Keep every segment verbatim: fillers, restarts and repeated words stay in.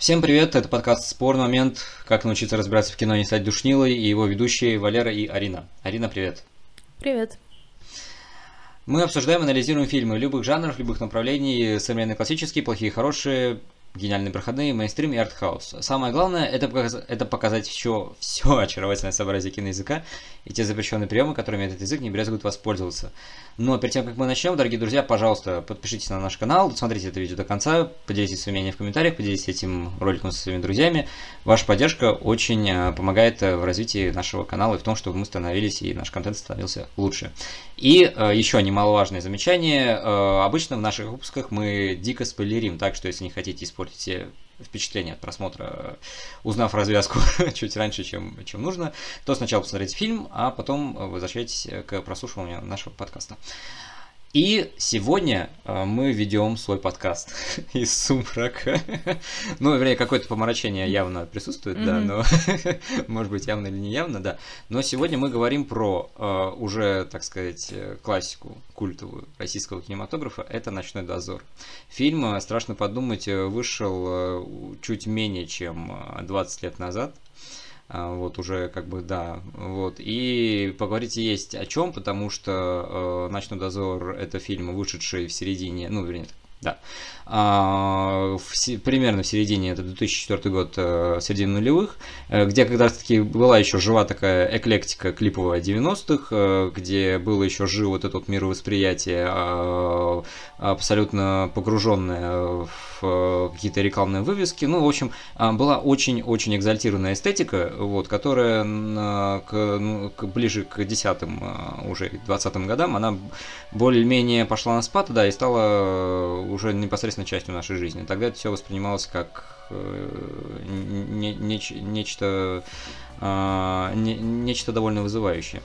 Всем привет, это подкаст «Спорный момент. Как научиться разбираться в кино и не стать душнилой», и его ведущие Валера и Арина. Арина, привет. Привет. Мы обсуждаем и анализируем фильмы любых жанров, любых направлений, современные, классические, плохие, хорошие, гениальные, проходные, мейнстрим и артхаус. Самое главное это показать, это показать все, все очаровательное сообразие киноязыка и те запрещенные приемы, которыми этот язык не брезгует воспользоваться. Но перед тем, как мы начнем, дорогие друзья, пожалуйста, подпишитесь на наш канал, смотрите это видео до конца, поделитесь своим мнением в комментариях, поделитесь этим роликом со своими друзьями. Ваша поддержка очень помогает в развитии нашего канала и в том, чтобы мы становились и наш контент становился лучше. И э, еще немаловажное замечание. Э, обычно в наших выпусках мы дико спойлерим, так что если не хотите испортить все впечатления от просмотра, узнав развязку чуть раньше, чем, чем нужно, то сначала посмотрите фильм, а потом возвращайтесь к прослушиванию нашего подкаста. И сегодня мы ведем свой подкаст из сумрака. Ну, вернее, какое-то помрачение явно присутствует, mm-hmm. да, но может быть явно или не явно, да. Но сегодня мы говорим про uh, уже, так сказать, классику культовую российского кинематографа. Это «Ночной дозор». Фильм, страшно подумать, вышел чуть менее чем двадцать лет назад. Вот уже как бы, да, вот, и поговорить есть о чем, потому что э, «Ночной дозор» — это фильм, вышедший в середине, ну, вернее, да, а, в, примерно в середине, это две тысячи четвёртый год, э, середины нулевых, э, где как раз-таки была еще жива такая эклектика клиповая девяностых, э, где было еще жив вот этот мировосприятие, э, абсолютно погруженное в какие-то рекламные вывески. Ну, в общем, была очень-очень экзальтированная эстетика, вот, которая к, ну, к, ближе к десятым, уже двадцатым годам, она более-менее пошла на спад, да, и стала уже непосредственно частью нашей жизни. Тогда это все воспринималось как не, не, нечто, не, нечто довольно вызывающее.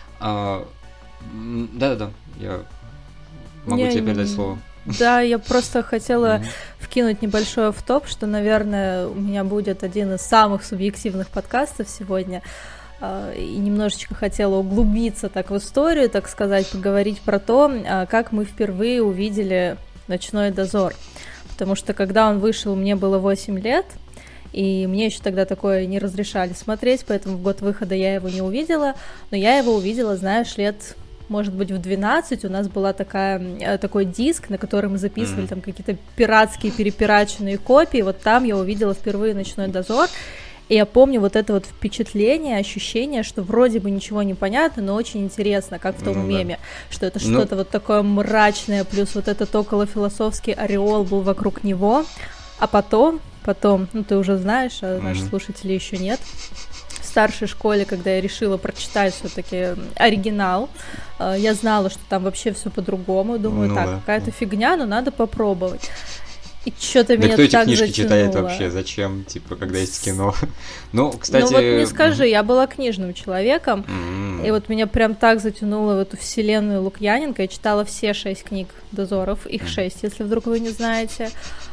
Да-да-да, я могу я... тебе передать слово. Да, я просто хотела mm-hmm. вкинуть небольшой офф-топ, что, наверное, у меня будет один из самых субъективных подкастов сегодня, и немножечко хотела углубиться так в историю, так сказать, поговорить про то, как мы впервые увидели «Ночной дозор», потому что когда он вышел, мне было восемь лет, и мне еще тогда такое не разрешали смотреть, поэтому в год выхода я его не увидела, но я его увидела, знаешь, лет... Может быть, в двенадцать у нас была такая, такой диск, на который мы записывали mm-hmm. там какие-то пиратские перепираченные копии. Вот там я увидела впервые «Ночной дозор». И я помню вот это вот впечатление, ощущение, что вроде бы ничего не понятно, но очень интересно, как в том ну, меме, да. что это ну... что-то вот такое мрачное, плюс вот этот околофилософский ореол был вокруг него. А потом, потом, ну ты уже знаешь, а наши mm-hmm. слушатели еще нет. В старшей школе, когда я решила прочитать все-таки оригинал, я знала, что там вообще все по-другому. Думаю, ну, так, да. какая-то фигня, но надо попробовать. И что-то да меня кто эти так книжки затянуло. Читает вообще? Зачем? Типа, когда есть кино. Ну, кстати... Ну вот не скажи, я была книжным человеком, mm-hmm. и вот меня прям так затянуло в эту вселенную Лукьяненко. Я читала все шесть книг «Дозоров», их mm-hmm. шесть, если вдруг вы не знаете.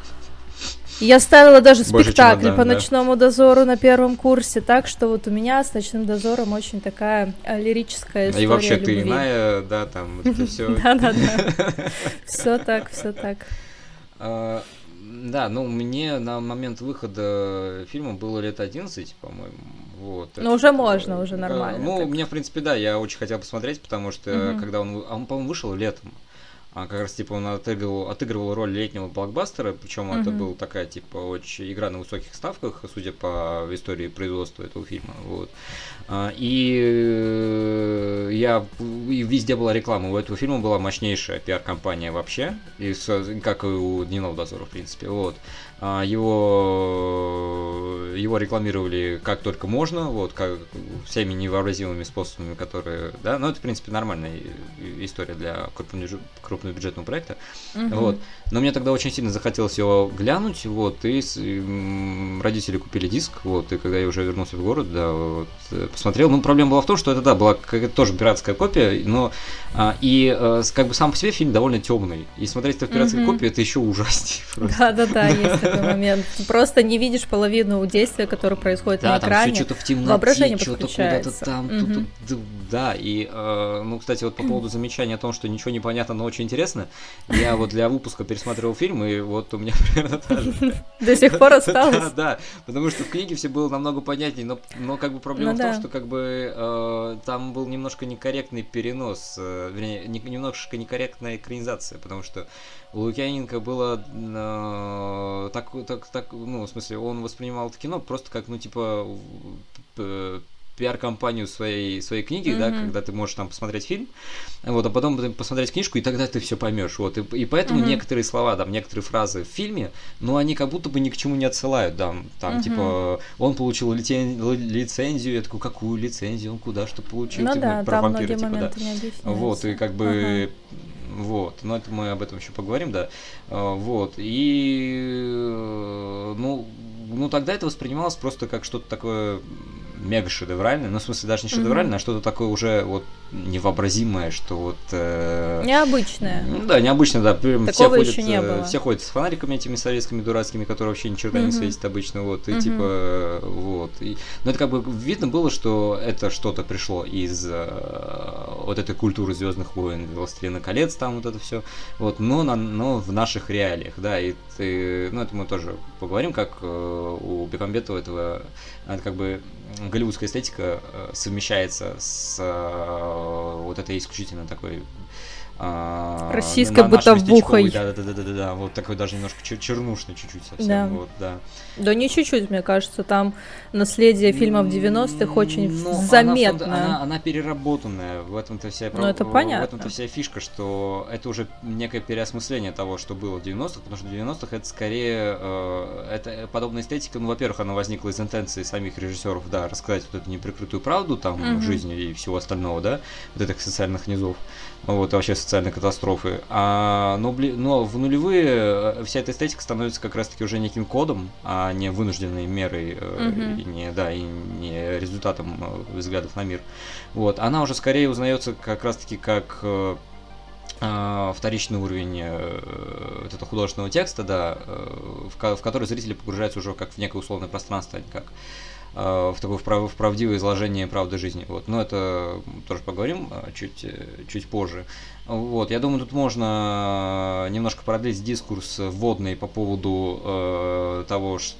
Я ставила даже Больше спектакль чемодан, по да. «Ночному дозору» на первом курсе, так что вот у меня с «Ночным дозором» очень такая лирическая история. И вообще любви. ты иная, да, там это все. Да-да-да. Все так, все так. Да, ну мне на момент выхода фильма было лет одиннадцать, по-моему. Вот. Ну уже можно, уже нормально. Ну, мне, в принципе, да, я очень хотел посмотреть, потому что когда он, он, по-моему, вышел летом. А как раз типа он отыгрывал, отыгрывал роль летнего блокбастера, причем uh-huh. это была такая типа очень игра на высоких ставках, судя по истории производства этого фильма. Вот. И я и везде была реклама. У этого фильма была мощнейшая пиар-компания вообще, и, как и у «Дневного дозора», в принципе. Вот. Его, его рекламировали как только можно, вот, как всеми невообразимыми способами, которые, да, ну это, в принципе, нормальная история для крупнобюджетного проекта, uh-huh. вот, но мне тогда очень сильно захотелось его глянуть, вот, и, и родители купили диск, вот, и когда я уже вернулся в город, да, вот, посмотрел, ну, проблема была в том, что это, да, была какая-то тоже пиратская копия, но, а, и, а, как бы сам по себе фильм довольно темный, и смотреть это в пиратской uh-huh. копии, это еще ужаснее. Да-да-да, есть такой момент. Ты просто не видишь половину действия, действия, которые происходят да, на экране. Там что-то в темноте, воображение что-то куда-то там, угу. тут, да, и, э, ну, кстати, вот по поводу замечания о том, что ничего не понятно, но очень интересно, я вот для выпуска пересматривал фильм, и вот у меня примерно та же. До сих пор осталось? Да, да, потому что в книге все было намного понятнее, но, но как бы проблема в том, что как бы там был немножко некорректный перенос, вернее, немножко некорректная экранизация, потому что у Лукьяненко было э, так, так, так, ну, в смысле, он воспринимал это кино просто как, ну, типа, пиар-компанию своей, своей книги, mm-hmm. да, когда ты можешь там посмотреть фильм, вот, а потом посмотреть книжку, и тогда ты все поймешь, вот, и, и поэтому mm-hmm. некоторые слова, там, некоторые фразы в фильме, ну, они как будто бы ни к чему не отсылают, да, там, mm-hmm. типа, он получил лицен... лицензию, я такой, какую лицензию, он куда, что получил, ну, типа, да, про там вампира, типа, да, вот, и как бы... Uh-huh. Вот, но это мы об этом еще поговорим, да. Вот, и ну, ну тогда это воспринималось просто как что-то такое мега шедевральное, ну, в смысле, даже не шедевральное, mm-hmm. а что-то такое уже вот невообразимое, что вот... Э, необычное. Ну, да, необычно, да. Такого все ходят, еще не было. Все ходят с фонариками этими советскими дурацкими, которые вообще ни черта mm-hmm. не светят обычно, вот, и mm-hmm. типа, вот. И, но это как бы видно было, что это что-то пришло из э, вот этой культуры Звездных войн, Властелина колец, там вот это все, вот, но, на, но в наших реалиях, да, и ты, ну, это мы тоже поговорим, как э, у Бекмамбетова этого, это как бы голливудская эстетика э, совмещается с э, вот этой исключительно такой э, российской бытовухой. Да, да, да, да, да, да, вот такой даже немножко чер- чернушный чуть-чуть совсем, да. Вот, да. Да не чуть-чуть, мне кажется, там наследие фильмов девяностых очень Но заметно. Она, она, она переработанная, в этом-то вся, ну, это в, понятно. в этом-то вся фишка, что это уже некое переосмысление того, что было в девяностых, потому что в девяностых это скорее, э, это подобная эстетика, ну, во-первых, она возникла из интенции самих режиссеров, да, рассказать вот эту неприкрытую правду, там, mm-hmm. жизни и всего остального, да, вот этих социальных низов, вот, и вообще социальной катастрофы. А, но, но в нулевые вся эта эстетика становится как раз-таки уже неким кодом, а не вынужденной мерой, mm-hmm. и не, да, и не результатом взглядов на мир. Вот. Она уже скорее узнается как раз-таки как э, э, вторичный уровень э, вот этого художественного текста, да, э, в, в который зрители погружаются уже как в некое условное пространство, а не как в такое вправ, в правдивое изложение правды жизни. Вот. Но это тоже поговорим чуть, чуть позже. Вот. Я думаю, тут можно немножко продлить дискурс вводный по поводу э, того, ш,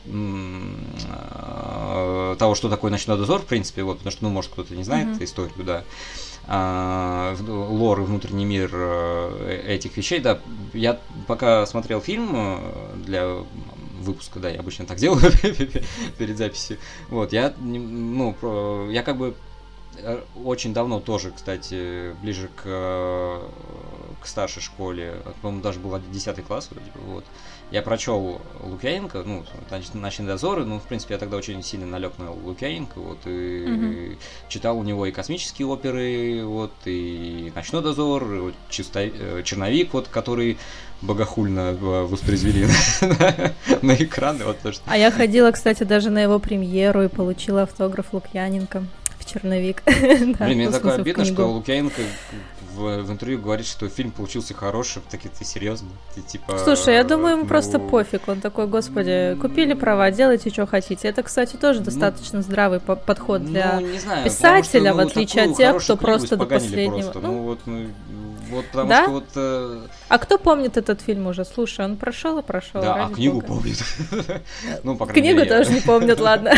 э, того, что такое ночной дозор, в принципе, вот, потому что, ну, может, кто-то не знает mm-hmm. историю, да. А, лор и внутренний мир этих вещей, да. Я пока смотрел фильм для выпуска, да, я обычно так делаю перед записью. Вот, я, ну, я как бы очень давно тоже, кстати, ближе к, к старшей школе, по-моему, даже был десятый класс, вроде бы, вот. Я прочел Лукьяненко, ну, «Ночные дозоры», ну, в принципе, я тогда очень сильно налег на Лукьяненко, вот, и mm-hmm. читал у него и космические оперы, вот, и «Ночной дозор», и вот чисто, «Черновик», вот, который богохульно воспроизвели на экраны. Вот, что... А я ходила, кстати, даже на его премьеру и получила автограф Лукьяненко в «Черновик». Блин, мне такое обидно, что Лукьяненко в, в интервью говорит, что фильм получился хороший, так ты серьезно? Ты, типа, слушай, я думаю, ему ну... просто пофиг. Он такой, господи, купили права, делайте, что хотите. Это, кстати, тоже ну, достаточно здравый по- подход для ну, знаю, писателя, что, ну, в отличие от тех, кто просто до последнего. Просто. Ну, ну, вот, ну, вот потому да? что вот... Э... А кто помнит этот фильм уже? Слушай, он прошел и прошел. Да, а книгу Бога. Помнит. Ну, по крайней мере, книгу тоже не помнят, ладно.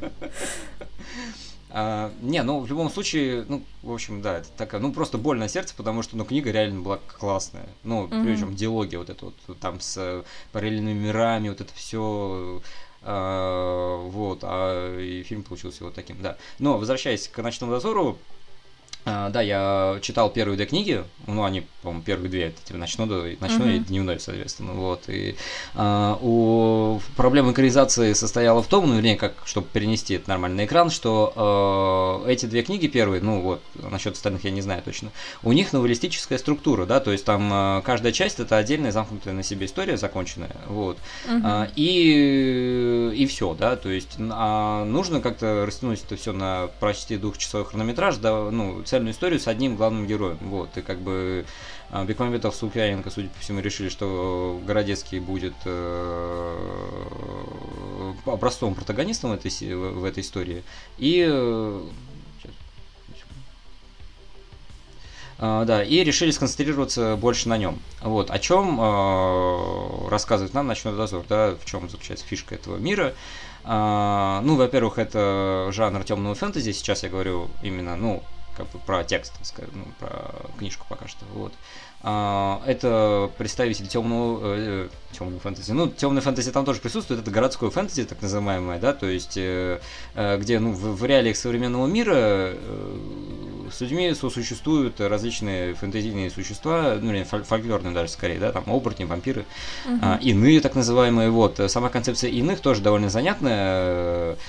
А, не, ну, в любом случае, ну, в общем, да, это такая, ну, просто боль на сердце, потому что, ну, книга реально была классная. Ну, mm-hmm. причем диалогия вот эта вот, там с параллельными мирами, вот это все, а, вот, а и фильм получился вот таким, да. Но, возвращаясь к «Ночному дозору», Uh, да, я читал первые две книги, ну, они, по-моему, первые две, это типа ночной, ночной uh-huh. и дневной, соответственно, вот, и uh, у проблема экранизации состояла в том, ну, вернее, как, чтобы перенести это нормально на экран, что uh, эти две книги первые, ну, вот, насчет остальных я не знаю точно, у них новеллистическая структура, да, то есть там uh, каждая часть это отдельная замкнутая на себе история, законченная, вот, uh-huh. uh, и, и все, да, то есть uh, нужно как-то растянуть это все на почти двухчасовой хронометраж, да, ну, цельную историю с одним главным героем. Вот, и как бы Бекмамбетов с Лукьяненко, судя по всему, решили, что Городецкий будет э, образцовым протагонистом в этой, в этой истории. И... Uh, да, и решили сконцентрироваться больше на нем. Вот, о чем uh, рассказывает нам «Ночной дозор», да, в чем заключается фишка этого мира. Uh, ну, во-первых, это жанр темного фэнтези, сейчас я говорю именно, ну, как бы про текст, ну, про книжку пока что, вот. Uh, это представитель темного, э, темного фэнтези. Ну, темное фэнтези там тоже присутствует, это городское фэнтези, так называемое, да, то есть, э, э, где, ну, в, в реалиях современного мира э, с людьми сосуществуют различные фэнтезийные существа, ну, или фольклорные даже скорее, да, там оборотни, вампиры, uh-huh. а, иные так называемые, вот. Сама концепция иных тоже довольно занятная,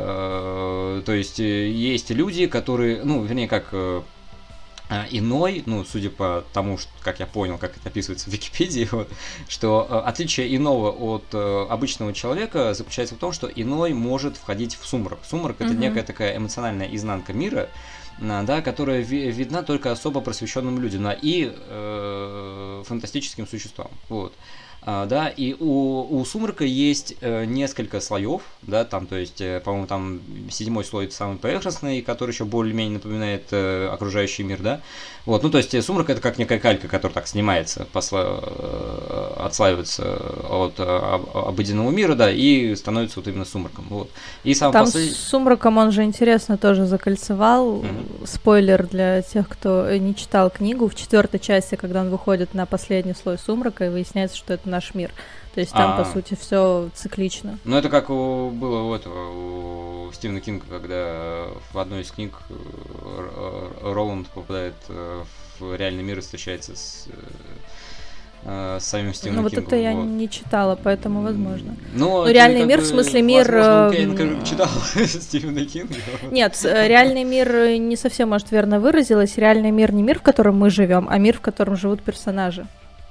то есть есть люди, которые, ну, вернее, как иной, ну, судя по тому, что, как я понял, как это описывается в Википедии, вот, что отличие иного от обычного человека заключается в том, что иной может входить в сумрак. Сумрак uh-huh. это некая такая эмоциональная изнанка мира, да, которая видна только особо просвещенным людям, да, и э, фантастическим существам. Вот. А, да, и у, у сумрака есть э, несколько слоев, да, там, то есть, э, по-моему, там седьмой слой это самый поверхностный, который еще более-менее напоминает э, окружающий мир, да. Вот, ну, то есть, сумрак это как некая калька, которая так снимается, посла... э, отслаивается от э, обыденного мира, да, и становится вот именно сумраком. Вот. И сам там послед... с сумраком он же интересно тоже закольцевал. Mm-hmm. Спойлер для тех, кто не читал книгу. В четвертой части, когда он выходит на последний слой сумрака, и выясняется, что это наш мир. То есть там, А-а-а. по сути, все циклично. Ну, это как у, было у этого, у Стивена Кинга, когда в одной из книг Роланд попадает в реальный мир и встречается с, с самим Стивеном ну, Кингом. Ну, вот это я вот. не читала, поэтому возможно. Но, Но реальный мир, в смысле мир... Возможно, он читал Стивена Кинга. Нет, реальный мир не совсем, может, верно выразилась. Реальный мир не мир, в котором мы живем, а мир, в котором живут персонажи.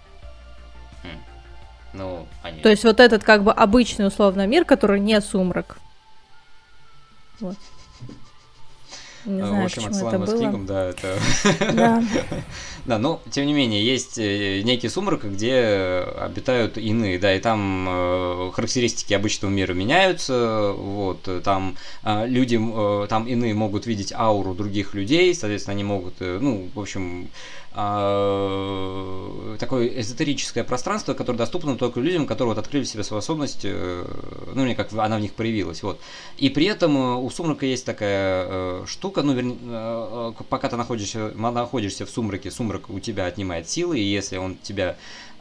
Ну, они... То есть вот этот как бы обычный условно мир, который не сумрак. Вот. Не знаю, в общем, почему это было. Кингом, да, это... Да. Да, но, тем не менее, есть некий сумрак, где обитают иные, да, и там э, характеристики обычного мира меняются, вот, там э, люди, э, там иные могут видеть ауру других людей, соответственно, они могут, э, ну, в общем... такое эзотерическое пространство, которое доступно только людям, которые вот открыли в себе способность, ну, или как она в них проявилась, вот. И при этом у сумрака есть такая штука, ну, вернее, пока ты находишься, находишься в сумраке, сумрак у тебя отнимает силы, и если он тебя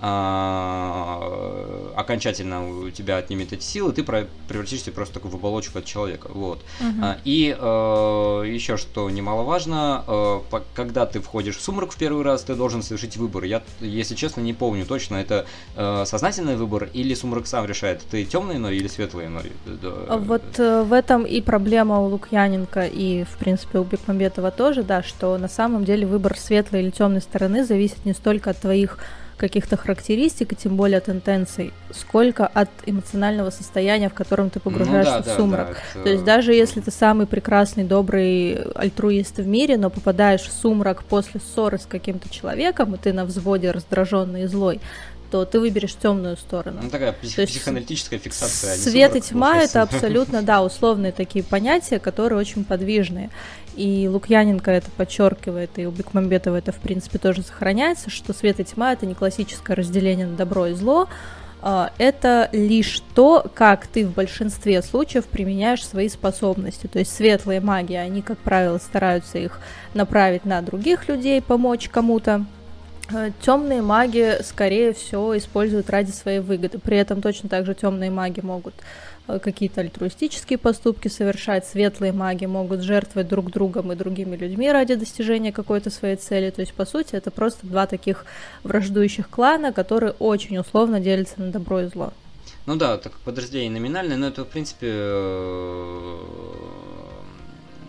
а, окончательно у тебя отнимет эти силы, ты превратишься просто такой в оболочку от человека, вот. Uh-huh. А, и а, еще что немаловажно, а, когда ты входишь в сумрак в первый раз, ты должен совершить выбор. Я, если честно, не помню точно, это а, сознательный выбор или сумрак сам решает, ты темный иной или светлый иной? Вот а, в этом и проблема у Лукьяненко и, в принципе, у Бекмамбетова тоже, да, что на самом деле выбор светлой или темной стороны зависит не столько от твоих каких-то характеристик, и тем более от интенций, сколько от эмоционального состояния, в котором ты погружаешься ну, да, в сумрак. Да, да, это... То есть даже если ты самый прекрасный, добрый альтруист в мире, но попадаешь в сумрак после ссоры с каким-то человеком, и ты на взводе раздраженный и злой, то ты выберешь темную сторону. Ну, такая псих- психоаналитическая фиксация. Свет и тьма — это абсолютно, да, условные такие понятия, которые очень подвижные. И Лукьяненко это подчеркивает, и у Бекмамбетова это, в принципе, тоже сохраняется, что свет и тьма — это не классическое разделение на добро и зло, это лишь то, как ты в большинстве случаев применяешь свои способности. То есть светлые маги, они, как правило, стараются их направить на других людей, помочь кому-то. Темные маги, скорее всего, используют ради своей выгоды. При этом точно так же темные маги могут какие-то альтруистические поступки совершать, светлые маги могут жертвовать друг другом и другими людьми ради достижения какой-то своей цели. То есть, по сути, это просто два таких враждующих клана, которые очень условно делятся на добро и зло. Ну да, так подразделение номинальное, но это, в принципе,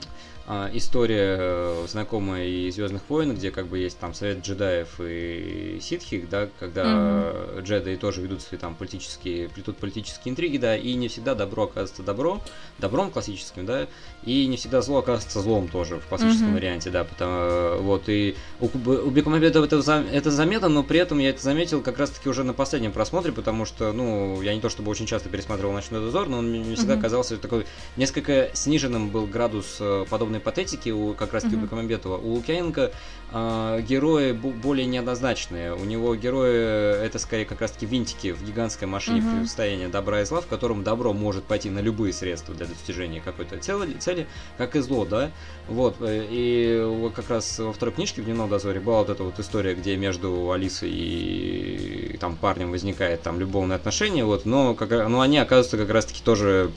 история, знакомая из «Звездных войн», где как бы есть там совет джедаев и ситхи, да, когда mm-hmm. джедаи тоже ведут свои там политические, плетут политические интриги, да, и не всегда добро оказывается добро, добром классическим, да, и не всегда зло оказывается злом тоже в классическом mm-hmm. варианте, да, потому вот, и у, у Бекмамбетова это, это заметно, но при этом я это заметил как раз-таки уже на последнем просмотре, потому что, ну, я не то чтобы очень часто пересматривал «Ночной дозор», но он мне всегда mm-hmm. казался такой, несколько сниженным был градус подобной патетики у как раз-таки mm-hmm. у Бекмамбетова. У Лукьяненко э, герои б- более неоднозначные. У него герои это скорее как раз-таки винтики в гигантской машине mm-hmm. противостояния добра и зла, в котором добро может пойти на любые средства для достижения какой-то цели, цели как и зло, да. Вот. И вот как раз во второй книжке в «Дневном дозоре» была вот эта вот история, где между Алисой и там парнем возникает там любовное отношение, вот, но, как, но они оказываются как раз-таки тоже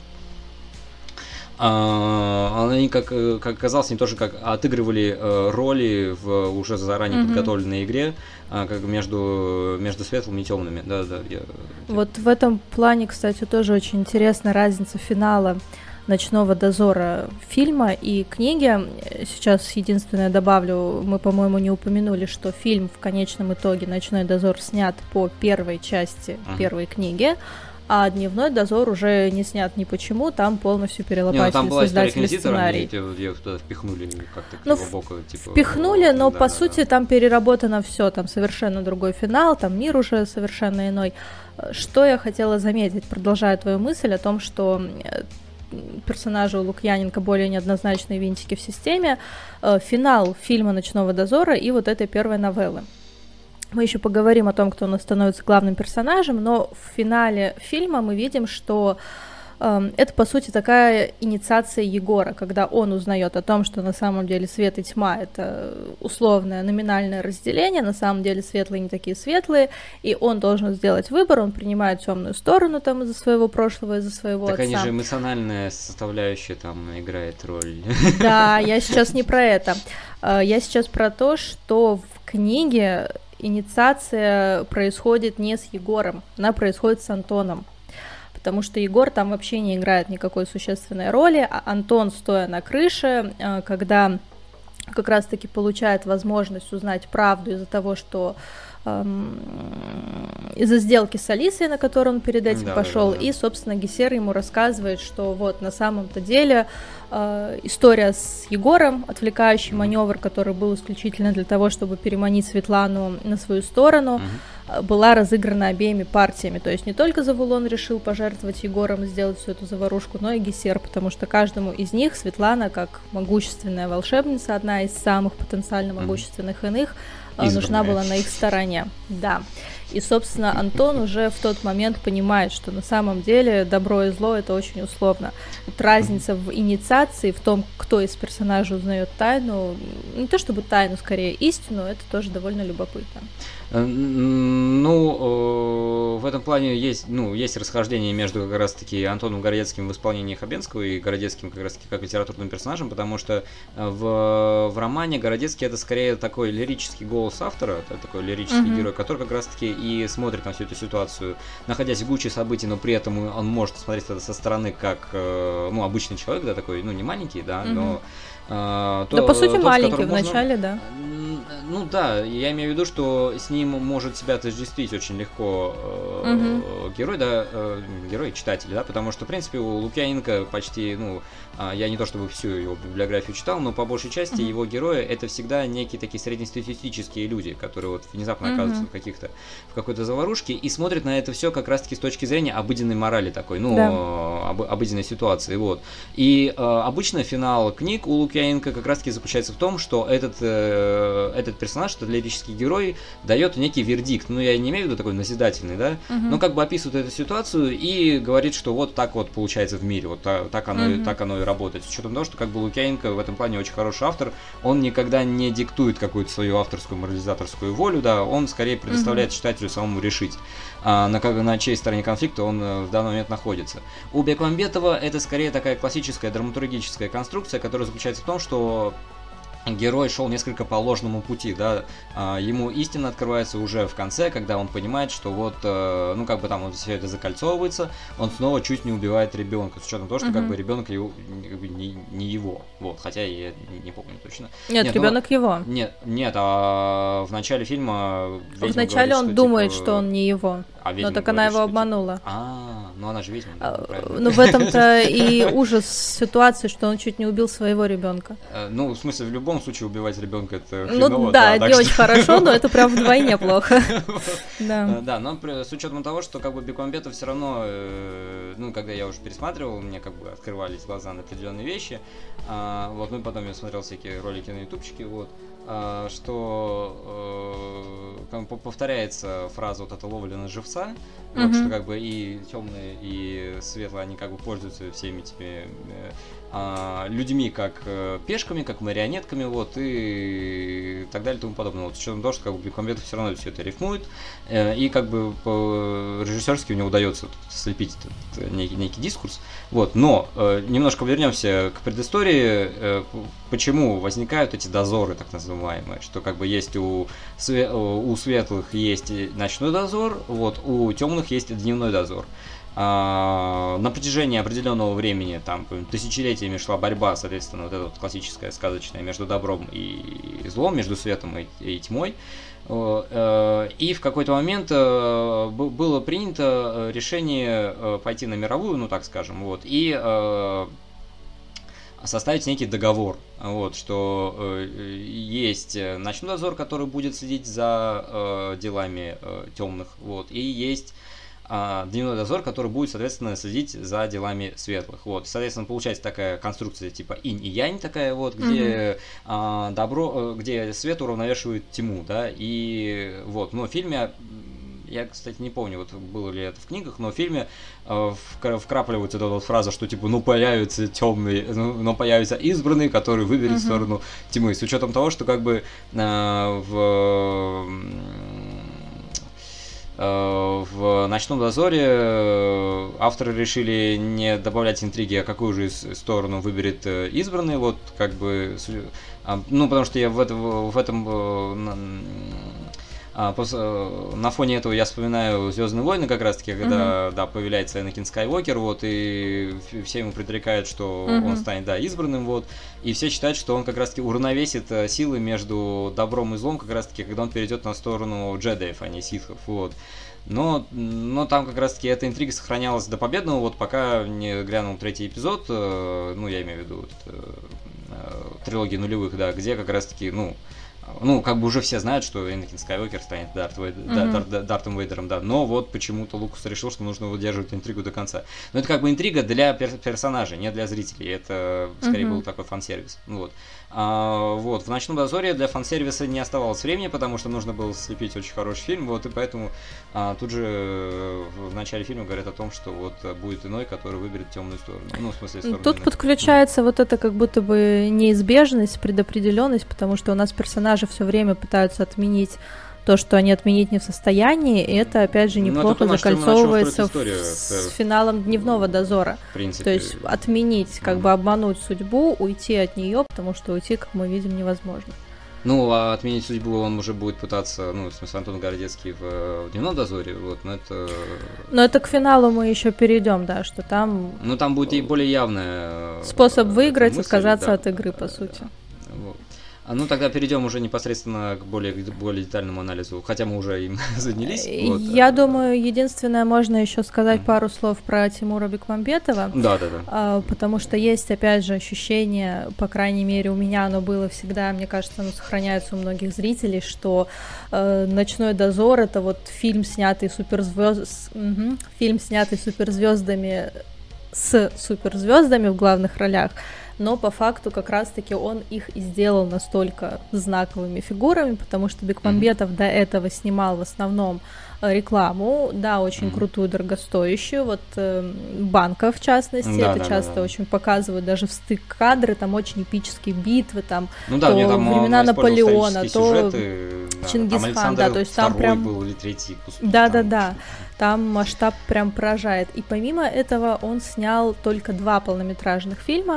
Uh, они, как, как оказалось, не тоже как отыгрывали uh, роли в уже заранее mm-hmm. подготовленной игре, uh, как между, между светлыми и темными. Да, да, я... Вот в этом плане, кстати, тоже очень интересна разница финала «Ночного дозора» фильма и книги. Сейчас единственное добавлю, мы, по-моему, не упомянули, что фильм в конечном итоге «Ночной дозор» снят по первой части uh-huh. первой книги, а «Дневной дозор» уже не снят ни почему, там полностью перелопатили ну, создатели сценарий. Ее туда впихнули как-то ну, глубоко, типа... Впихнули, но да, по да, сути да. там переработано все, там совершенно другой финал, там мир уже совершенно иной. Что я хотела заметить, продолжая твою мысль о том, что персонажи у Лукьяненко более неоднозначные винтики в системе, финал фильма «Ночного дозора» и вот этой первой новеллы. Мы еще поговорим о том, кто у нас становится главным персонажем, но в финале фильма мы видим, что э, это, по сути, такая инициация Егора, когда он узнает о том, что на самом деле свет и тьма — это условное номинальное разделение, на самом деле светлые не такие светлые, и он должен сделать выбор, он принимает темную сторону там из-за своего прошлого, из-за своего так отца. Так они же эмоциональная составляющая там играет роль. Да, я сейчас не про это. Я сейчас про то, что в книге инициация происходит не с Егором, она происходит с Антоном, потому что Егор там вообще не играет никакой существенной роли, а Антон, стоя на крыше, когда как раз-таки получает возможность узнать правду из-за того, что эм, из-за сделки с Алисой, на которую он перед этим да, пошел, да, да. и, собственно, Гессер ему рассказывает, что вот на самом-то деле э, история с Егором, отвлекающий mm-hmm. маневр, который был исключительно для того, чтобы переманить Светлану на свою сторону, mm-hmm. была разыграна обеими партиями. То есть не только Завулон решил пожертвовать Егором и сделать всю эту заварушку, но и Гессер, потому что каждому из них Светлана, как могущественная волшебница, одна из самых потенциально могущественных mm-hmm. иных, Избранная. нужна была на их стороне. Да. И, собственно, Антон уже в тот момент понимает, что на самом деле добро и зло — это очень условно. Вот разница в инициации, в том, кто из персонажей узнает тайну, не то чтобы тайну, скорее истину, это тоже довольно любопытно. Ну, в этом плане есть, ну, есть расхождение между как раз-таки Антоном Городецким в исполнении Хабенского и Городецким как раз-таки как литературным персонажем, потому что в, в романе Городецкий — это скорее такой лирический голос автора, это такой лирический mm-hmm. герой, который как раз-таки и смотрит на всю эту ситуацию, находясь в гуще событий, но при этом он может смотреть это со стороны как, ну, обычный человек, да, такой, ну, не маленький, да, mm-hmm. но Uh, то, да, по сути, тот, маленький в можно... начале, да. Ну да, я имею в виду, что с ним может себя отождествить очень легко э, uh-huh. герой, да, э, герой, читатель, да, потому что, в принципе, у Лукьяненко почти, ну, э, я не то чтобы всю его библиографию читал, но по большей части uh-huh. его герои — это всегда некие такие среднестатистические люди, которые вот внезапно uh-huh. оказываются в каких-то, в какой-то заварушке и смотрят на это все как раз-таки с точки зрения обыденной морали такой, ну, да. об, обыденной ситуации, вот. И э, обычно финал книг у Лукьяненко как раз-таки заключается в том, что этот, э, этот персонаж, этот лирический герой, дает некий вердикт. Ну, я не имею в виду такой назидательный, да, uh-huh. но как бы описывает эту ситуацию и говорит, что вот так вот получается в мире, вот так, так, оно, uh-huh. так оно и работает. С учетом того, что как бы Лукьяненко в этом плане очень хороший автор, он никогда не диктует какую-то свою авторскую морализаторскую волю, да, он скорее предоставляет uh-huh. читателю самому решить, а, на, как, на чьей стороне конфликта он в данный момент находится. У Бекмамбетова это скорее такая классическая драматургическая конструкция, которая заключается в том, что герой шел несколько по ложному пути, да, ему истина открывается уже в конце, когда он понимает, что вот, ну, как бы там он все это закольцовывается, он снова чуть не убивает ребенка, с учетом того, что, mm-hmm. как бы, ребенок его, не, не его, вот, хотя я не помню точно. Нет, нет ребенок ну, его. Нет, нет, а в начале фильма ведьма в начале говорит, он что, думает, типа, что он не его, а но так говорит, она его что, обманула. Типа, а, ну она же ведьма, да, правильно. Ну, в этом-то и ужас ситуации, что он чуть не убил своего ребенка. Ну, в смысле, в любом случае убивать ребенка это хреново. Ну да, да не очень что... хорошо, но это прям вдвойне плохо. Да. Да, но с учетом того, что как бы Бекмамбетов все равно, ну, когда я уже пересматривал, мне как бы открывались глаза на определенные вещи. Вот, ну и потом я смотрел всякие ролики на ютубчике, вот. Что э, повторяется фраза вот эта ловля на живца, mm-hmm. вот, что как бы и темные, и светлые, они как бы пользуются всеми этими э, людьми как э, пешками, как марионетками, вот, и так далее и тому подобное. Вот, с учетом того, что как бы Бекмамбетов все равно все это рифмует, э, и как бы режиссерски у него удается слепить этот некий, некий дискурс. Вот, но э, немножко вернемся к предыстории, э, почему возникают эти дозоры, так называемые. Что как бы есть у, у светлых есть ночной дозор, вот, у темных есть дневной дозор. А, на протяжении определенного времени, там, тысячелетиями шла борьба, соответственно, вот эта вот классическая сказочная между добром и злом, между светом и, и тьмой. И в какой-то момент было принято решение пойти на мировую, ну так скажем, вот, и составить некий договор, вот, что э, есть ночной дозор, который будет следить за э, делами э, темных, вот, и есть э, дневной дозор, который будет, соответственно, следить за делами светлых, вот, соответственно, получается такая конструкция типа инь и янь такая, вот, где mm-hmm. э, добро, э, где свет уравновешивает тьму, да, и вот, но в фильме я, кстати, не помню, вот было ли это в книгах, но в фильме э, вкрапливается эта вот фраза, что типа, ну появятся темные, ну, но появятся избранные, которые выберут uh-huh. сторону тьмы. С учетом того, что как бы э, в э, в «Ночном дозоре» авторы решили не добавлять интриги, а какую же сторону выберет избранный, вот как бы, ну потому что я в этом, в этом А, на фоне этого я вспоминаю «Звездные войны», как раз таки, когда uh-huh. да, появляется Энакин Скайуокер, вот, и все ему предрекают, что uh-huh. он станет, да, избранным, вот, и все считают, что он как раз таки уравновесит силы между добром и злом, как раз таки, когда он перейдет на сторону джедаев, а не ситхов, вот. Но, но там как раз таки эта интрига сохранялась до победного, вот пока не глянул третий эпизод, ну, я имею в виду вот, трилогии нулевых, да, где как раз таки, ну, Ну, как бы уже все знают, что Энакин Скайуокер станет Дарт Вейд... mm-hmm. Дар... Дар... Дартом Вейдером, да. Но вот почему-то Лукас решил, что нужно выдерживать интригу до конца. Но это как бы интрига для пер... персонажей, не для зрителей. Это скорее mm-hmm. был такой фан-сервис. Вот. А, вот. В «Ночном дозоре» для фан-сервиса не оставалось времени, потому что нужно было слепить очень хороший фильм. Вот, и поэтому а, тут же в начале фильма говорят о том, что вот будет иной, который выберет темную сторону. Ну, в смысле, сторону. Тут подключается mm-hmm. вот это как будто бы неизбежность, предопределенность, потому что у нас персонажи все время пытаются отменить то, что они отменить не в состоянии, и это, опять же, неплохо ну, закольцовывается в, с финалом дневного дозора. В принципе. То есть отменить, как mm. бы обмануть судьбу, уйти от нее, потому что уйти, как мы видим, невозможно. Ну, а отменить судьбу он уже будет пытаться, ну, в смысле, Антон Городецкий в, в «Дневном дозоре», вот, но это... Но это к финалу мы еще перейдем, да, что там... Ну, там будет и более явная... Способ выиграть, мысль, отказаться да, от игры, по сути. Вот. Ну, тогда перейдем уже непосредственно к более, более детальному анализу, хотя мы уже им занялись. Вот. Я думаю, единственное, можно еще сказать mm-hmm. пару слов про Тимура Бекмамбетова. Да, да, да. А, потому что есть, опять же, ощущение, по крайней мере, у меня оно было всегда, мне кажется, оно сохраняется у многих зрителей, что э, «Ночной дозор» — это вот фильм, снятый суперзвезд... угу. фильм, снятый суперзвездами с суперзвездами в главных ролях. Но по факту как раз-таки он их и сделал настолько знаковыми фигурами, потому что Бекмамбетов mm-hmm. до этого снимал в основном рекламу, да, очень mm-hmm. крутую, дорогостоящую, вот э, Банка, в частности, да, это да, часто да, да. очень показывают, даже в стык-кадры, там очень эпические битвы, там, ну, да, то там времена Наполеона, то сюжеты, Чингисхан, да, да, то есть там прям... был или третий, Да-да-да. Там масштаб прям поражает. И помимо этого он снял только два полнометражных фильма.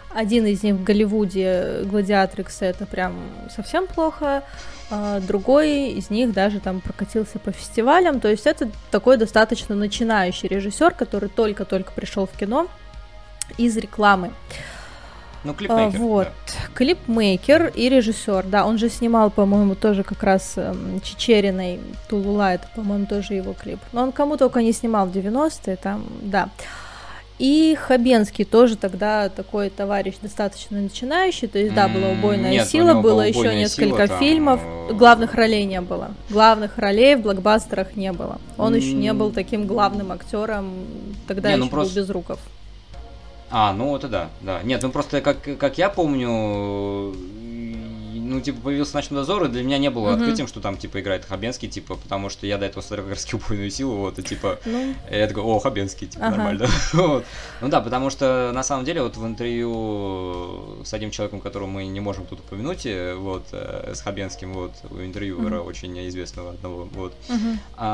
один из них в Голливуде, Гладиатрикс, это прям совсем плохо, а другой из них даже там прокатился по фестивалям, то есть это такой достаточно начинающий режиссер, который только-только пришел в кино из рекламы. Ну, клипмейкер. А, вот, да. Клипмейкер и режиссер, да, он же снимал, по-моему, тоже как раз эм, Чичериной Тулула, это, по-моему, тоже его клип. Но он кому только не снимал в девяностые, там, да. И Хабенский тоже тогда такой товарищ достаточно начинающий, то есть, да, была «Убойная Нет, сила», было «Убойная еще несколько сила», фильмов, там... главных ролей не было, главных ролей в блокбастерах не было. Он mm. еще не был таким главным актером, тогда не, еще ну просто... был Безруков. А, ну это да, да. Нет, ну просто как, как я помню, ну, типа, появился «Ночной дозор», и для меня не было mm-hmm. открытием, что там, типа, играет Хабенский, типа, потому что я до этого смотрел как раз «Убойную силу», вот, и, типа, mm-hmm. я такой, о, Хабенский, типа, ага. нормально. Вот. Ну да, потому что, на самом деле, вот в интервью с одним человеком, которого мы не можем тут упомянуть, вот, с Хабенским, вот, у интервьюера mm-hmm. очень известного одного, вот, mm-hmm.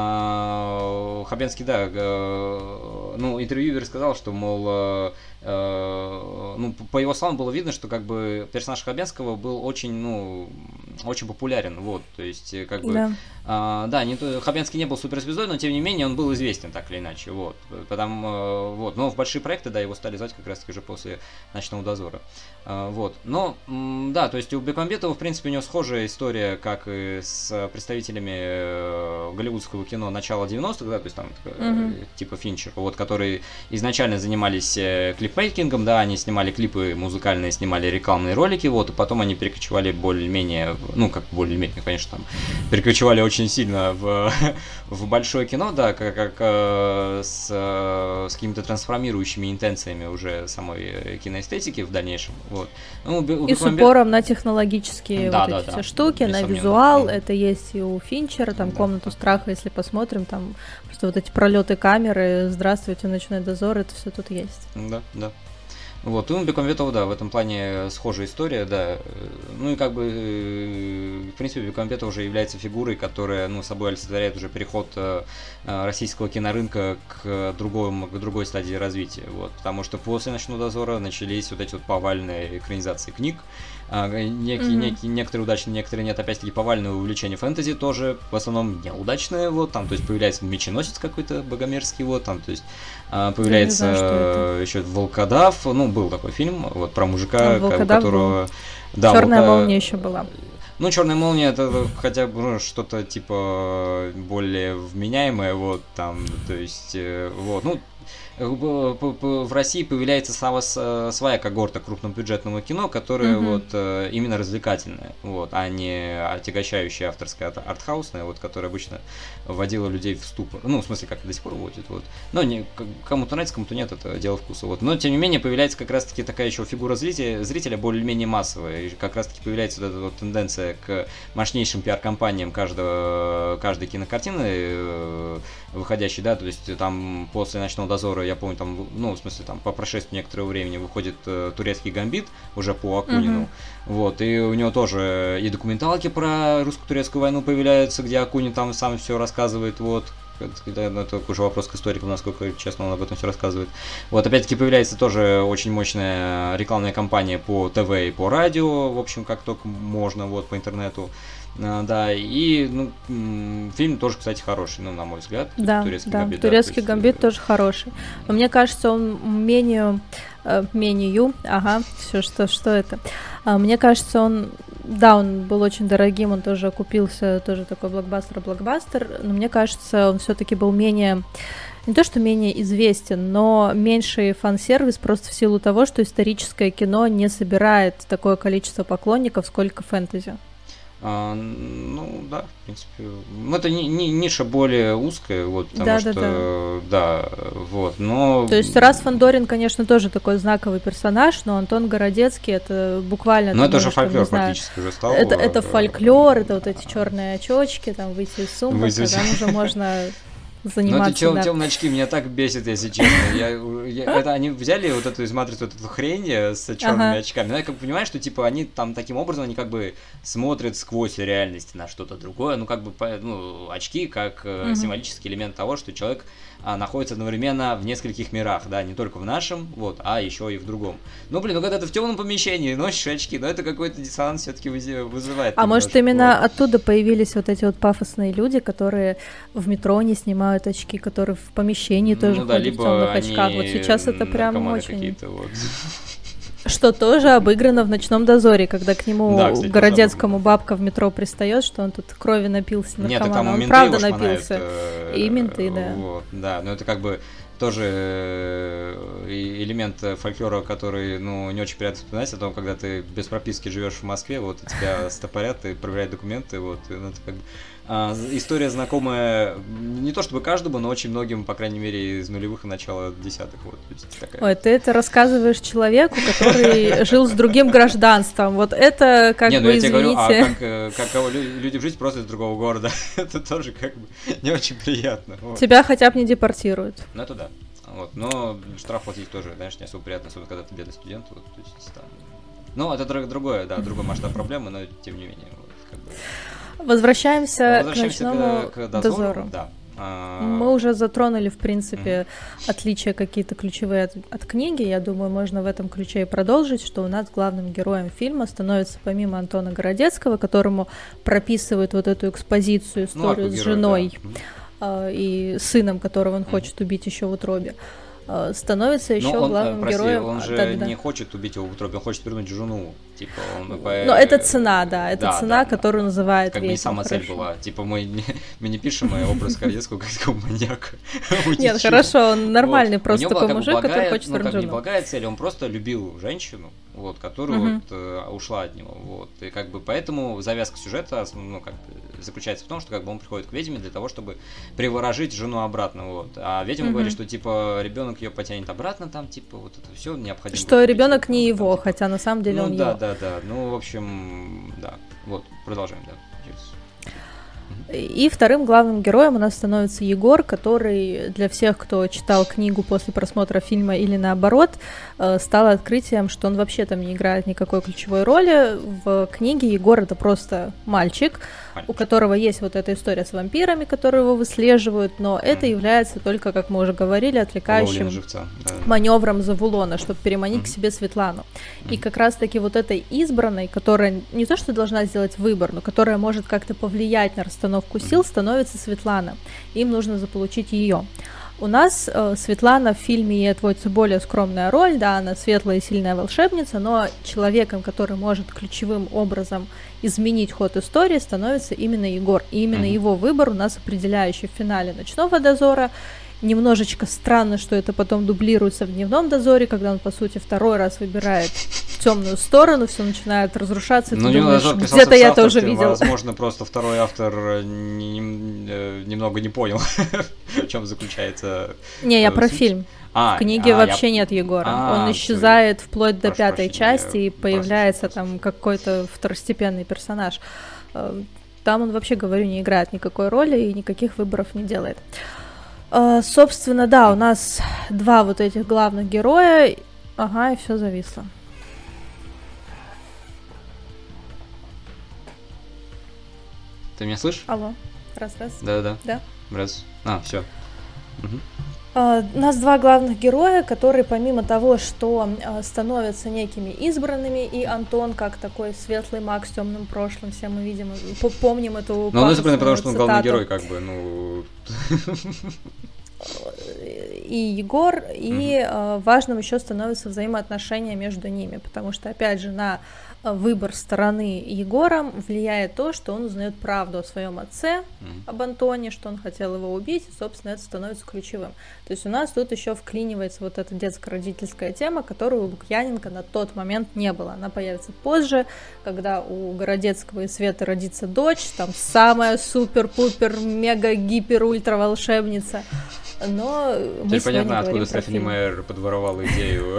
а, Хабенский, да, ну, интервьюер сказал, что, мол, ну, по его словам было видно, что, как бы, персонаж Хабенского был очень, ну, очень популярен, вот, то есть, как бы, да, а, да не, Хабенский не был суперзвездой, но, тем не менее, он был известен так или иначе, вот, потому, вот, но в большие проекты, да, его стали звать как раз-таки уже после «Ночного дозора», а, вот, но, да, то есть, у Бекмамбетова, в принципе, у него схожая история, как и с представителями голливудского кино начала девяностых, да, то есть, там, mm-hmm. типа Финчер, вот, которые изначально занимались клипмейкингом, да, они снимали клипы музыкальные, снимали рекламные ролики, вот, и потом они перекочевали более-менее, ну, как более-менее, конечно, там, перекочевали очень сильно в, в большое кино, да, как, как э, с, э, с какими-то трансформирующими интенциями уже самой киноэстетики в дальнейшем, вот. Ну, у и с упором на технологические да, вот да, эти да, все штуки, на визуал, это есть и у Финчера, там, да, «Комнату страха», если посмотрим, там, просто вот эти пролеты камеры, «Здравствуйте, «Ночной дозор», это все тут есть. Да, да. Вот, и у Бекмамбетова, да, в этом плане схожая история, да. Ну и как бы, в принципе, Бекмамбетов уже является фигурой, которая, ну, собой олицетворяет уже переход российского кинорынка к, другому, к другой стадии развития, вот. Потому что после «Ночного дозора» начались вот эти вот повальные экранизации книг, некие, mm-hmm. некие, некоторые удачные, некоторые нет, опять-таки повальное увлечение фэнтези тоже, в основном неудачное, вот, там, то есть появляется меченосец какой-то богомерзкий, вот, там, то есть появляется знаю, еще «Волкодав», ну, был такой фильм, вот, про мужика, у которого... Да, «Черная волка... молния» еще была. Ну, «Черная молния» это хотя бы, ну, что-то типа более вменяемое, вот, там, то есть, вот, ну, в России появляется своя когорта крупнобюджетного кино, которое mm-hmm. вот именно развлекательное, вот, а не отягощающее авторское артхаусное, вот, которое обычно вводило людей в ступор. Ну, в смысле, как до сих пор вводит, вот. Но не, кому-то нравится, кому-то нет, это дело вкуса. Вот. Но, тем не менее, появляется как раз-таки такая еще фигура зрителя, зрителя более-менее массовая. И как раз-таки появляется вот эта вот тенденция к мощнейшим пиар-компаниям каждого, каждой кинокартины выходящей, да, то есть там после «Ночного дозора», я помню, там, ну, в смысле, там, по прошествии некоторого времени выходит э, турецкий «Гамбит», уже по Акунину, mm-hmm. вот, и у него тоже и документалки про русско-турецкую войну появляются, где Акунин там сам все рассказывает, вот, это, это уже вопрос к историкам, насколько честно он об этом все рассказывает. Вот, опять-таки, появляется тоже очень мощная рекламная кампания по ТВ и по радио, в общем, как только можно, вот, по интернету. Да, и ну, фильм тоже, кстати, хороший, ну, на мой взгляд. Да, турецкий да, гамбит, турецкий да, гамбит есть... тоже хороший. Но мне кажется, он менее, э, менее, ага, все, что, что это. А, мне кажется, он, да, он был очень дорогим, он тоже окупился, тоже такой блокбастер-блокбастер, но мне кажется, он все-таки был менее... Не то, что менее известен, но меньший фан-сервис просто в силу того, что историческое кино не собирает такое количество поклонников, сколько фэнтези. А, ну, да, в принципе. Это не, не, ниша более узкая, вот, потому да, что, да, да. да, вот, но... То есть Тарас Фандорин, конечно, тоже такой знаковый персонаж, но Антон Городецкий, это буквально... Ну, это же фольклор практически уже стал. Это, это фольклор, это вот эти черные очечки, там, выйти из сумрака, там уже можно... заниматься. Ну, да. эти темные очки меня так бесит, если честно. Я, я, это они взяли вот эту из матрицы, вот эту хрень с черными ага. очками. Но я как бы понимаю, что типа они там таким образом, они как бы смотрят сквозь реальность на что-то другое. Ну, как бы, ну, очки как угу. символический элемент того, что человек а, находится одновременно в нескольких мирах, да, не только в нашем, вот, а еще и в другом. Ну, блин, ну когда ты в темном помещении носишь очки, ну, это какой-то диссонанс все-таки вызывает. А немножко. Может, именно вот. Оттуда появились вот эти вот пафосные люди, которые в метро не снимают очки, которые в помещении тоже ну, да, ходят в темных очках. Вот сейчас это прям очень... Вот. Что тоже обыграно в «Ночном дозоре», когда к нему, да, кстати, Городецкому, бабка в метро пристает, что он тут крови напился, наркоман. Нет, там он правда напился. Шмонают, и менты, да. Вот, да, но это как бы тоже элемент фольклора, который, ну, не очень приятно вспоминать, о том, когда ты без прописки живешь в Москве, вот, и тебя стопорят и проверяют документы, вот, и, ну, это как бы... А, история знакомая не то чтобы каждому, но очень многим, по крайней мере, из нулевых и начала десятых. Вот, такая. Ой, ты это рассказываешь человеку, который жил с другим гражданством. Вот это как не, бы, ну я извините... тебе говорю, а как, как люди жить просто из другого города, это тоже как бы не очень приятно. Вот. Тебя хотя бы не депортируют. Ну это да. Вот, но штраф платить тоже, знаешь, не особо приятно, особенно когда ты бедный студент. Вот, то есть, там... Ну, это другое, да, другой масштаб проблемы, но тем не менее. Вот, как бы... Возвращаемся, Возвращаемся к «Ночному к, к дозору. дозору». Да. Мы уже затронули, в принципе, mm-hmm. отличия какие-то ключевые от, от книги. Я думаю, можно в этом ключе и продолжить, что у нас главным героем фильма становится помимо Антона Городецкого, которому прописывают вот эту экспозицию, историю ну, с герой, женой да. и сыном, которого он mm-hmm. хочет убить еще в утробе. Становится еще он, главным прости, героем. Он же да, не да. хочет убить его в утробе, он хочет вернуть жену. Типа он. Но это цена, да, это да, цена, да, которую да, называют. Как бы не сама цель была. Типа мы не, мы не пишем образ Городецкого как такого маньяка. Нет, хорошо, он нормальный просто такой мужик, который хочет вернуть жену. Не благая цель, он просто любил женщину, вот, которая ушла от него, вот, и как бы поэтому завязка сюжета, ну как бы заключается в том, что как бы он приходит к ведьме для того, чтобы приворожить жену обратно, вот, а ведьма говорит, что типа ребенок ее потянет обратно, там типа вот это все необходимо. Что ребенок не его, хотя на самом деле он его. Да, да, да, ну в общем, да, вот, продолжаем, да. И вторым главным героем у нас становится Егор, который для всех, кто читал книгу после просмотра фильма или наоборот, стало открытием, что он вообще там не играет никакой ключевой роли. В книге Егор — это просто мальчик, мальчик, у которого есть вот эта история с вампирами, которые его выслеживают, но mm. это является только, как мы уже говорили, отвлекающим живца, да. маневром Завулона, чтобы переманить mm. к себе Светлану. Mm. И как раз-таки вот этой избранной, которая не то что должна сделать выбор, но которая может как-то повлиять на расстановку сил, становится Светлана. Им нужно заполучить ее. У нас э, Светлана в фильме ей отводится более скромная роль, да, она светлая и сильная волшебница, но человеком, который может ключевым образом изменить ход истории, становится именно Егор. И именно mm-hmm. его выбор у нас определяющий в финале «Ночного дозора». Немножечко странно, что это потом дублируется в «Дневном дозоре», когда он, по сути, второй раз выбирает темную сторону, все начинает разрушаться. Ну, где-то я тоже видел. Возможно, просто второй автор не, не, немного не понял, в чем заключается. Не, я про фильм. А, в книге а, вообще я... нет Егора. А, он исчезает все. вплоть до прошу пятой прощения, части и появляется прошу, там какой-то второстепенный персонаж. Там он вообще, говорю, не играет никакой роли и никаких выборов не делает. Uh, собственно, да, у нас два вот этих главных героя. Ага, и все зависло. Ты меня слышишь? Алло. Раз, раз. Да-да-да. Да. Раз. А, все. Угу. Uh, у нас два главных героя, которые помимо того, что uh, становятся некими избранными, и Антон как такой светлый маг с темным прошлым, все мы видим, помним эту. Ну, он избранный, потому что он главный герой, как бы, ну. И Егор, и mm-hmm. важным еще становится взаимоотношения между ними, потому что, опять же, на выбор стороны Егора влияет то, что он узнает правду о своем отце, mm-hmm. об Антоне, что он хотел его убить, и, собственно, это становится ключевым. То есть у нас тут еще вклинивается вот эта детско-родительская тема, которую у Лукьяненко на тот момент не было. Она появится позже, когда у Городецкого и Светы родится дочь, там самая супер-пупер, мега-гипер-ультра-волшебница. Но теперь понятно, откуда Стефани Мейер подворовала идею.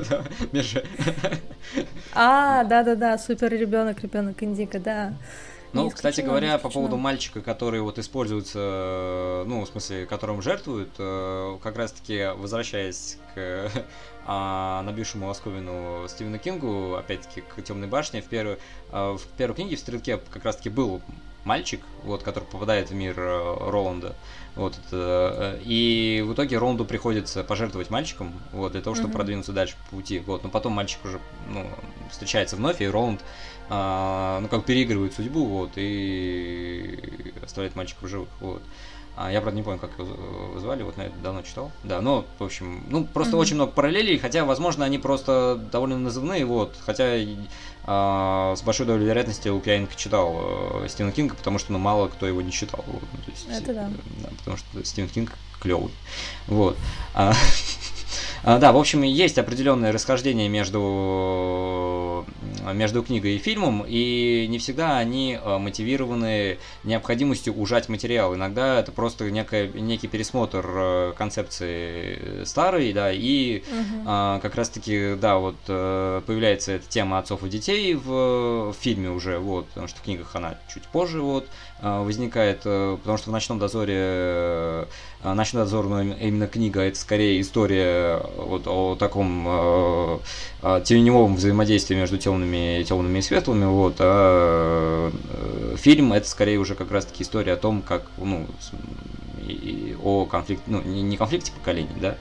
А, да-да-да, супер ребенок, ребенок Индиго, да. Ну, кстати говоря, по поводу мальчика, который вот используется, ну, в смысле, которым жертвуют, как раз-таки возвращаясь к а, набившему оскомину Стивену Кингу, опять-таки, к «Темной башне», в первой, в первой книге, в «Стрелке», как раз-таки был мальчик, вот, который попадает в мир Роланда. Вот, это, и в итоге Роланду приходится пожертвовать мальчиком, вот, для того, чтобы mm-hmm. продвинуться дальше по пути. Вот, но потом мальчик уже, ну, встречается вновь, и Роланд, а, ну, как переигрывает судьбу, вот, и оставляет мальчика в живых, вот. А я, правда, не помню, как его звали, вот, на это давно читал. Да, но, в общем, ну, просто mm-hmm. очень много параллелей, хотя, возможно, они просто довольно назывные, вот, хотя а, с большой долей вероятности Лукьяненко читал а, Стивена Кинга, потому что, ну, мало кто его не читал, вот, ну, то есть, это да. да. Потому что Стивен Кинг клевый, вот. А, а, да, в общем, есть определенное расхождение между, между книгой и фильмом, и не всегда они мотивированы необходимостью ужать материал. Иногда это просто некая, некий пересмотр концепции старой, да, и угу. а, как раз-таки, да, вот появляется эта тема отцов и детей в, в фильме уже, вот, потому что в книгах она чуть позже, вот, возникает, потому что в «Ночном дозоре», «Ночной дозор», ну, именно книга, это скорее история вот о таком э, э, теневом взаимодействии между темными, темными и светлыми, вот, а э, фильм это скорее уже как раз-таки история о том, как, ну, и, и, о конфликте, ну, не, не конфликте поколений, да,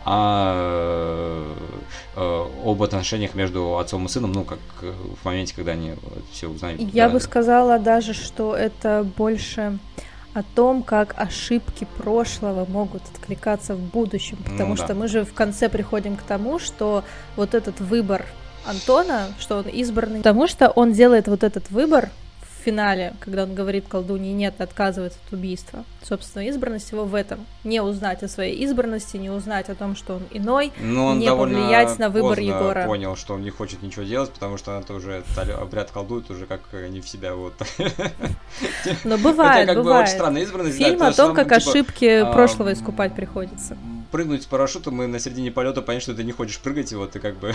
а э, об отношениях между отцом и сыном, ну, как в моменте, когда они все узнают. Я да, бы сказала даже, что это больше о том, как ошибки прошлого могут откликаться в будущем, потому ну, что да. мы же в конце приходим к тому, что вот этот выбор Антона, что он избранный, потому что он делает вот этот выбор в финале, когда он говорит колдунье нет, отказывается от убийства. Собственно, избранность его в этом. Не узнать о своей избранности, не узнать о том, что он иной, но он не повлиять на выбор поздно Егора. Понял, что он не хочет ничего делать, потому что это уже обряд колдует уже как не в себя, вот. Но бывает, это, как бывает. Бы, очень странная избранность. Фильм да, о том, как типа, ошибки а, прошлого искупать приходится. Прыгнуть с парашютом и на середине полета понять, что ты не хочешь прыгать, и вот ты как бы...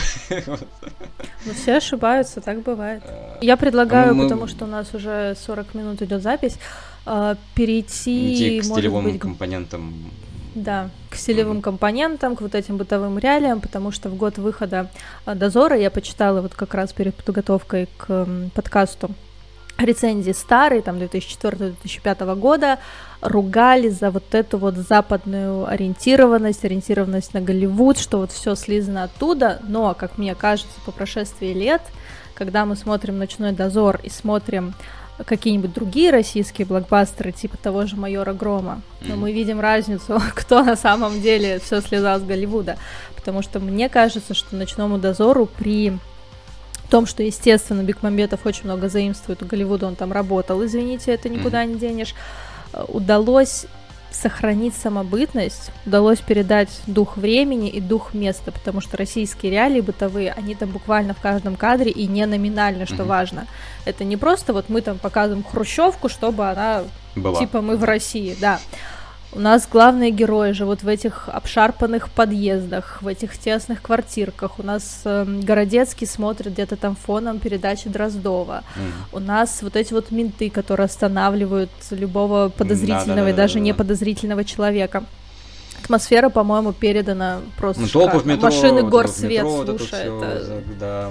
Ну, все ошибаются, так бывает. Я предлагаю, мы... потому что у нас уже сорок минут идет запись, перейти, Идти к стилевым быть... компонентам. Да, к стилевым mm-hmm. компонентам, к вот этим бытовым реалиям, потому что в год выхода «Дозора» я почитала вот как раз перед подготовкой к подкасту рецензии старые, там две тысячи четвёртого - две тысячи пятого года, ругали за вот эту вот западную ориентированность, ориентированность на Голливуд, что вот все слизано оттуда, но, как мне кажется, по прошествии лет, когда мы смотрим «Ночной дозор» и смотрим какие-нибудь другие российские блокбастеры, типа того же «Майора Грома», но мы видим разницу, кто на самом деле все слезал с Голливуда, потому что мне кажется, что «Ночному дозору» при том, что, естественно, Бекмамбетов очень много заимствует у Голливуда, он там работал, извините, это никуда не денешь, удалось сохранить самобытность, удалось передать дух времени и дух места, потому что российские реалии бытовые, они там буквально в каждом кадре и не номинально, что mm-hmm. важно. Это не просто вот мы там показываем хрущевку, чтобы она, была. Типа мы в России, да. У нас главные герои живут в этих обшарпанных подъездах, в этих тесных квартирках. У нас э, Городецкий смотрит где-то там фоном передачи Дроздова. Mm. У нас вот эти вот менты, которые останавливают любого подозрительного и даже неподозрительного человека. Атмосфера, по-моему, передана просто. Ну, толпы в метро, машины вот горсвет, метро, слушай, вот это. Всё, это... да.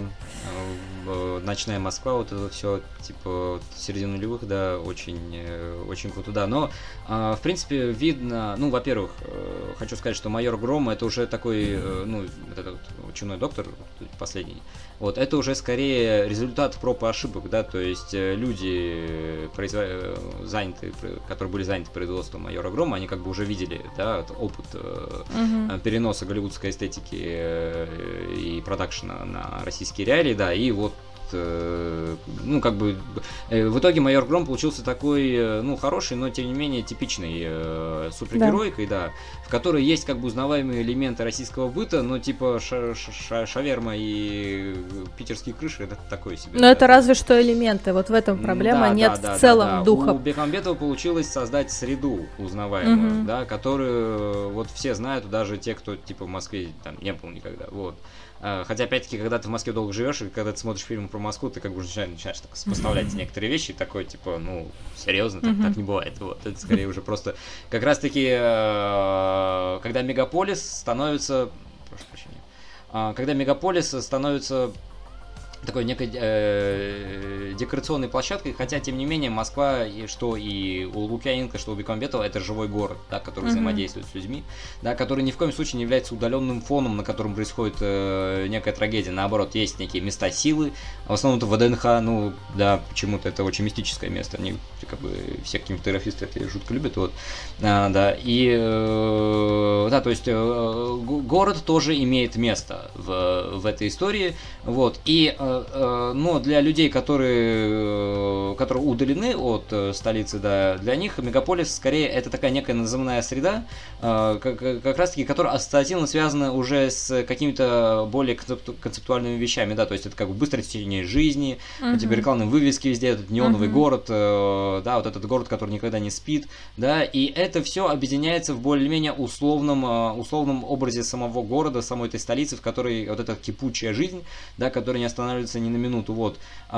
Ночная Москва, вот это все, типа, середина нулевых, да, очень, очень круто, да, но, в принципе, видно, ну, во-первых, хочу сказать, что «Майор Гром» это уже такой, ну, вот этот вот «Чумной доктор», последний, вот, это уже скорее результат проб и ошибок, да, то есть люди, производ... заняты, которые были заняты производством «Майора Грома», они как бы уже видели, да, опыт uh-huh. переноса голливудской эстетики и продакшена на российские реалии, да, и вот ну, как бы, в итоге «Майор Гром» получился такой, ну, хороший, но, тем не менее, типичный э, супергеройкой, да. да, в которой есть, как бы, узнаваемые элементы российского быта, но, типа, ша- ша- шаверма и питерские крыши, это такое себе. Но да, это разве что элементы, вот в этом проблема, да, нет да, в целом да, да. духа. У Бекмамбетова получилось создать среду узнаваемую, угу. да, которую вот все знают, даже те, кто, типа, в Москве там не был никогда, вот. Хотя, опять-таки, когда ты в Москве долго живешь, и когда ты смотришь фильмы про Москву, ты как бы начинаешь, начинаешь так сопоставлять некоторые вещи, и такой, типа, ну, серьезно, так, так не бывает. Вот. Это скорее уже просто как раз-таки, когда мегаполис становится... Прошу прощения. Когда мегаполис становится такой некой э, декорационной площадкой, хотя, тем не менее, Москва, и, что и у Лукьяненко, что у Бекмамбетова, это живой город, да, который mm-hmm. взаимодействует с людьми, да, который ни в коем случае не является удаленным фоном, на котором происходит э, некая трагедия. Наоборот, есть некие места силы, в основном это ВДНХ, ну, да, почему-то это очень мистическое место, они, как бы, все кинематографисты это жутко любят, вот, а, да, и, э, да, то есть, э, город тоже имеет место в, в этой истории, вот, и но для людей, которые, которые удалены от столицы, да, для них мегаполис скорее это такая некая наземная среда, как, как раз таки, которая ассоциативно связана уже с какими-то более концептуальными вещами, да, то есть это как бы быстрое течение жизни, uh-huh. эти рекламные вывески везде, этот неоновый uh-huh. город, да, вот этот город, который никогда не спит, да, и это все объединяется в более-менее условном, условном образе самого города, самой этой столицы, в которой вот эта кипучая жизнь, да, которая не останавливается ни на минуту, вот.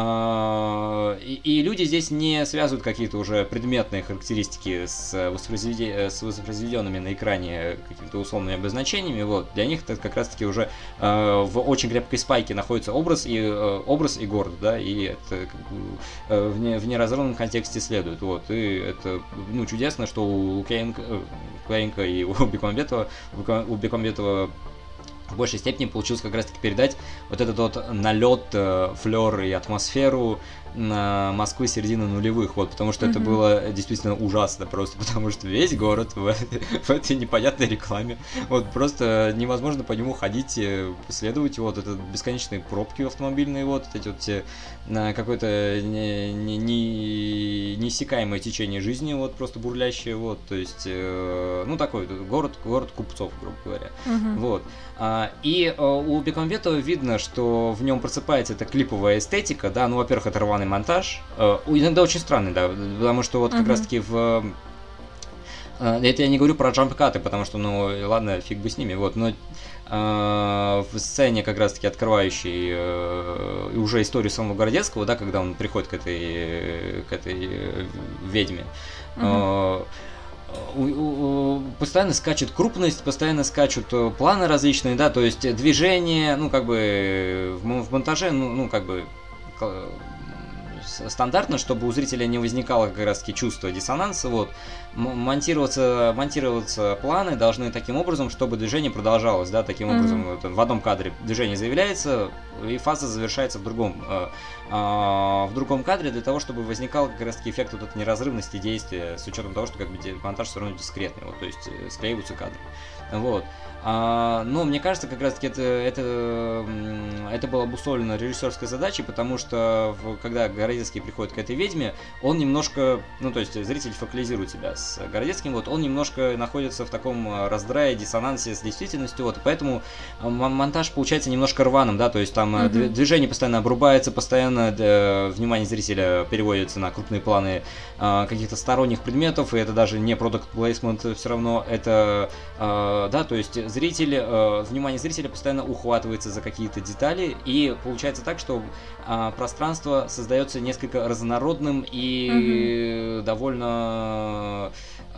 И, и люди здесь не связывают какие-то уже предметные характеристики с, воспроизведи... с воспроизведенными на экране какими-то условными обозначениями, вот. Для них это как раз-таки уже в очень крепкой спайке находится образ и, образ и город, да, и это как бы в, не, в неразрывном контексте следует, вот. И это, ну, чудесно, что у Лукьяненко, Лукьяненко и у Бекмамбетова, у Бекмамбетова в большей степени получилось как раз-таки передать вот этот вот налет, флер и атмосферу на Москвы середины нулевых, вот, потому что mm-hmm. это было действительно ужасно просто, потому что весь город в, в этой непонятной рекламе, вот, просто невозможно по нему ходить, следовать, вот, это бесконечные пробки автомобильные, вот, эти вот все, какое-то не, не, не, неиссякаемое течение жизни, вот, просто бурлящее, вот, то есть, ну, такой город, город купцов, грубо говоря, mm-hmm. вот. И у Бекмамбетова видно, что в нем просыпается эта клиповая эстетика, да, ну, во-первых, это рваный монтаж, иногда очень странный, да, потому что вот как uh-huh. раз-таки в... Это я не говорю про джамп-каты, потому что, ну, ладно, фиг бы с ними, вот, но в сцене как раз-таки открывающей уже историю самого Городецкого, да, когда он приходит к этой, к этой ведьме, uh-huh. постоянно скачет крупность, постоянно скачут планы различные, да, то есть движение, ну, как бы в монтаже, ну, ну как бы стандартно, чтобы у зрителя не возникало как раз таки чувство диссонанса, вот, монтироваться, монтироваться планы должны таким образом, чтобы движение продолжалось, да, таким mm-hmm. образом, вот, в одном кадре движение заявляется, и фаза завершается в другом, э, э, в другом кадре, для того, чтобы возникал как раз таки эффект вот этой неразрывности действия, с учетом того, что как бы монтаж все равно дискретный, вот, то есть склеиваются кадры, вот. А, но мне кажется, как раз таки это, это, это было обусловлено режиссерской задачей, потому что в, когда Городецкий приходит к этой ведьме, он немножко, ну то есть зритель фокализирует себя с Городецким, вот, он немножко находится в таком раздрае, диссонансе с действительностью, вот, и поэтому монтаж получается немножко рваным, да, то есть там mm-hmm. движение постоянно обрубается, постоянно э, внимание зрителя переводится на крупные планы э, каких-то сторонних предметов, и это даже не product placement, все равно это, э, да, то есть зритель, э, внимание зрителя постоянно ухватывается за какие-то детали, и получается так, что э, пространство создается несколько разнородным и mm-hmm. довольно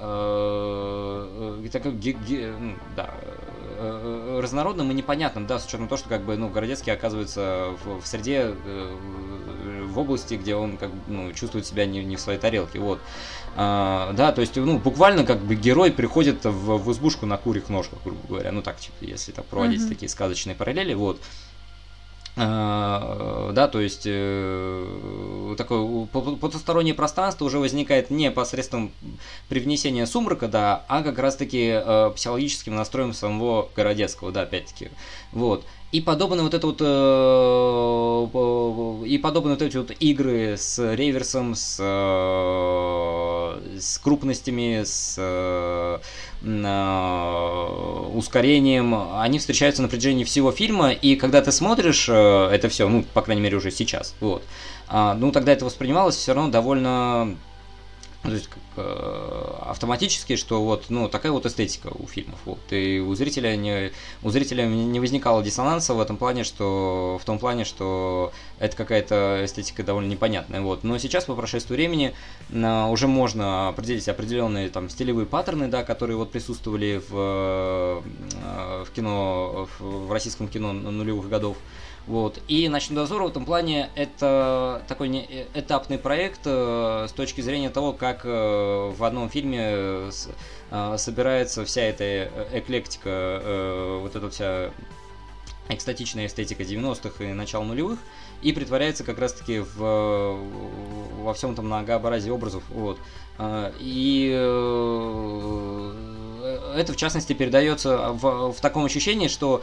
э, такой, ге, ге, ну, да, э, разнородным и непонятным, да, с учетом того, что как бы, ну, Городецкий оказывается в, в среде, э, в области, где он как бы, ну, чувствует себя не, не в своей тарелке, вот. А, да, то есть, ну, буквально как бы герой приходит в, в избушку на курьих ножках, грубо говоря, ну так, типа, если так проводить mm-hmm. такие сказочные параллели, вот. А, да, то есть э, такое потустороннее пространство уже возникает не посредством привнесения сумрака, да, а как раз-таки э, психологическим настроем самого Городецкого, да, опять-таки, вот. И подобные вот это вот э, и подобные вот эти вот игры с реверсом, с, э, с крупностями, с э, ускорением, они встречаются на протяжении всего фильма, и когда ты смотришь э, это все, ну, по крайней мере, уже сейчас, вот, э, ну, тогда это воспринималось все равно довольно То есть как, э, автоматически, что вот, ну, такая вот эстетика у фильмов. Вот. И у зрителя, не, у зрителя не возникало диссонанса в этом плане, что в том плане, что это какая-то эстетика довольно непонятная. Вот. Но сейчас, по прошествии времени, э, уже можно определить определенные там стилевые паттерны, да, которые вот присутствовали в, э, в кино, в, в российском кино нулевых годов. Вот. И «Ночной дозор» в этом плане это такой не, этапный проект э, с точки зрения того, как э, в одном фильме с, э, собирается вся эта эклектика, э, вот эта вся экстатичная эстетика девяностых и начала нулевых, и притворяется как раз-таки в, во всем этом многообразии образов. Вот. И это, в частности, передается в, в таком ощущении, что,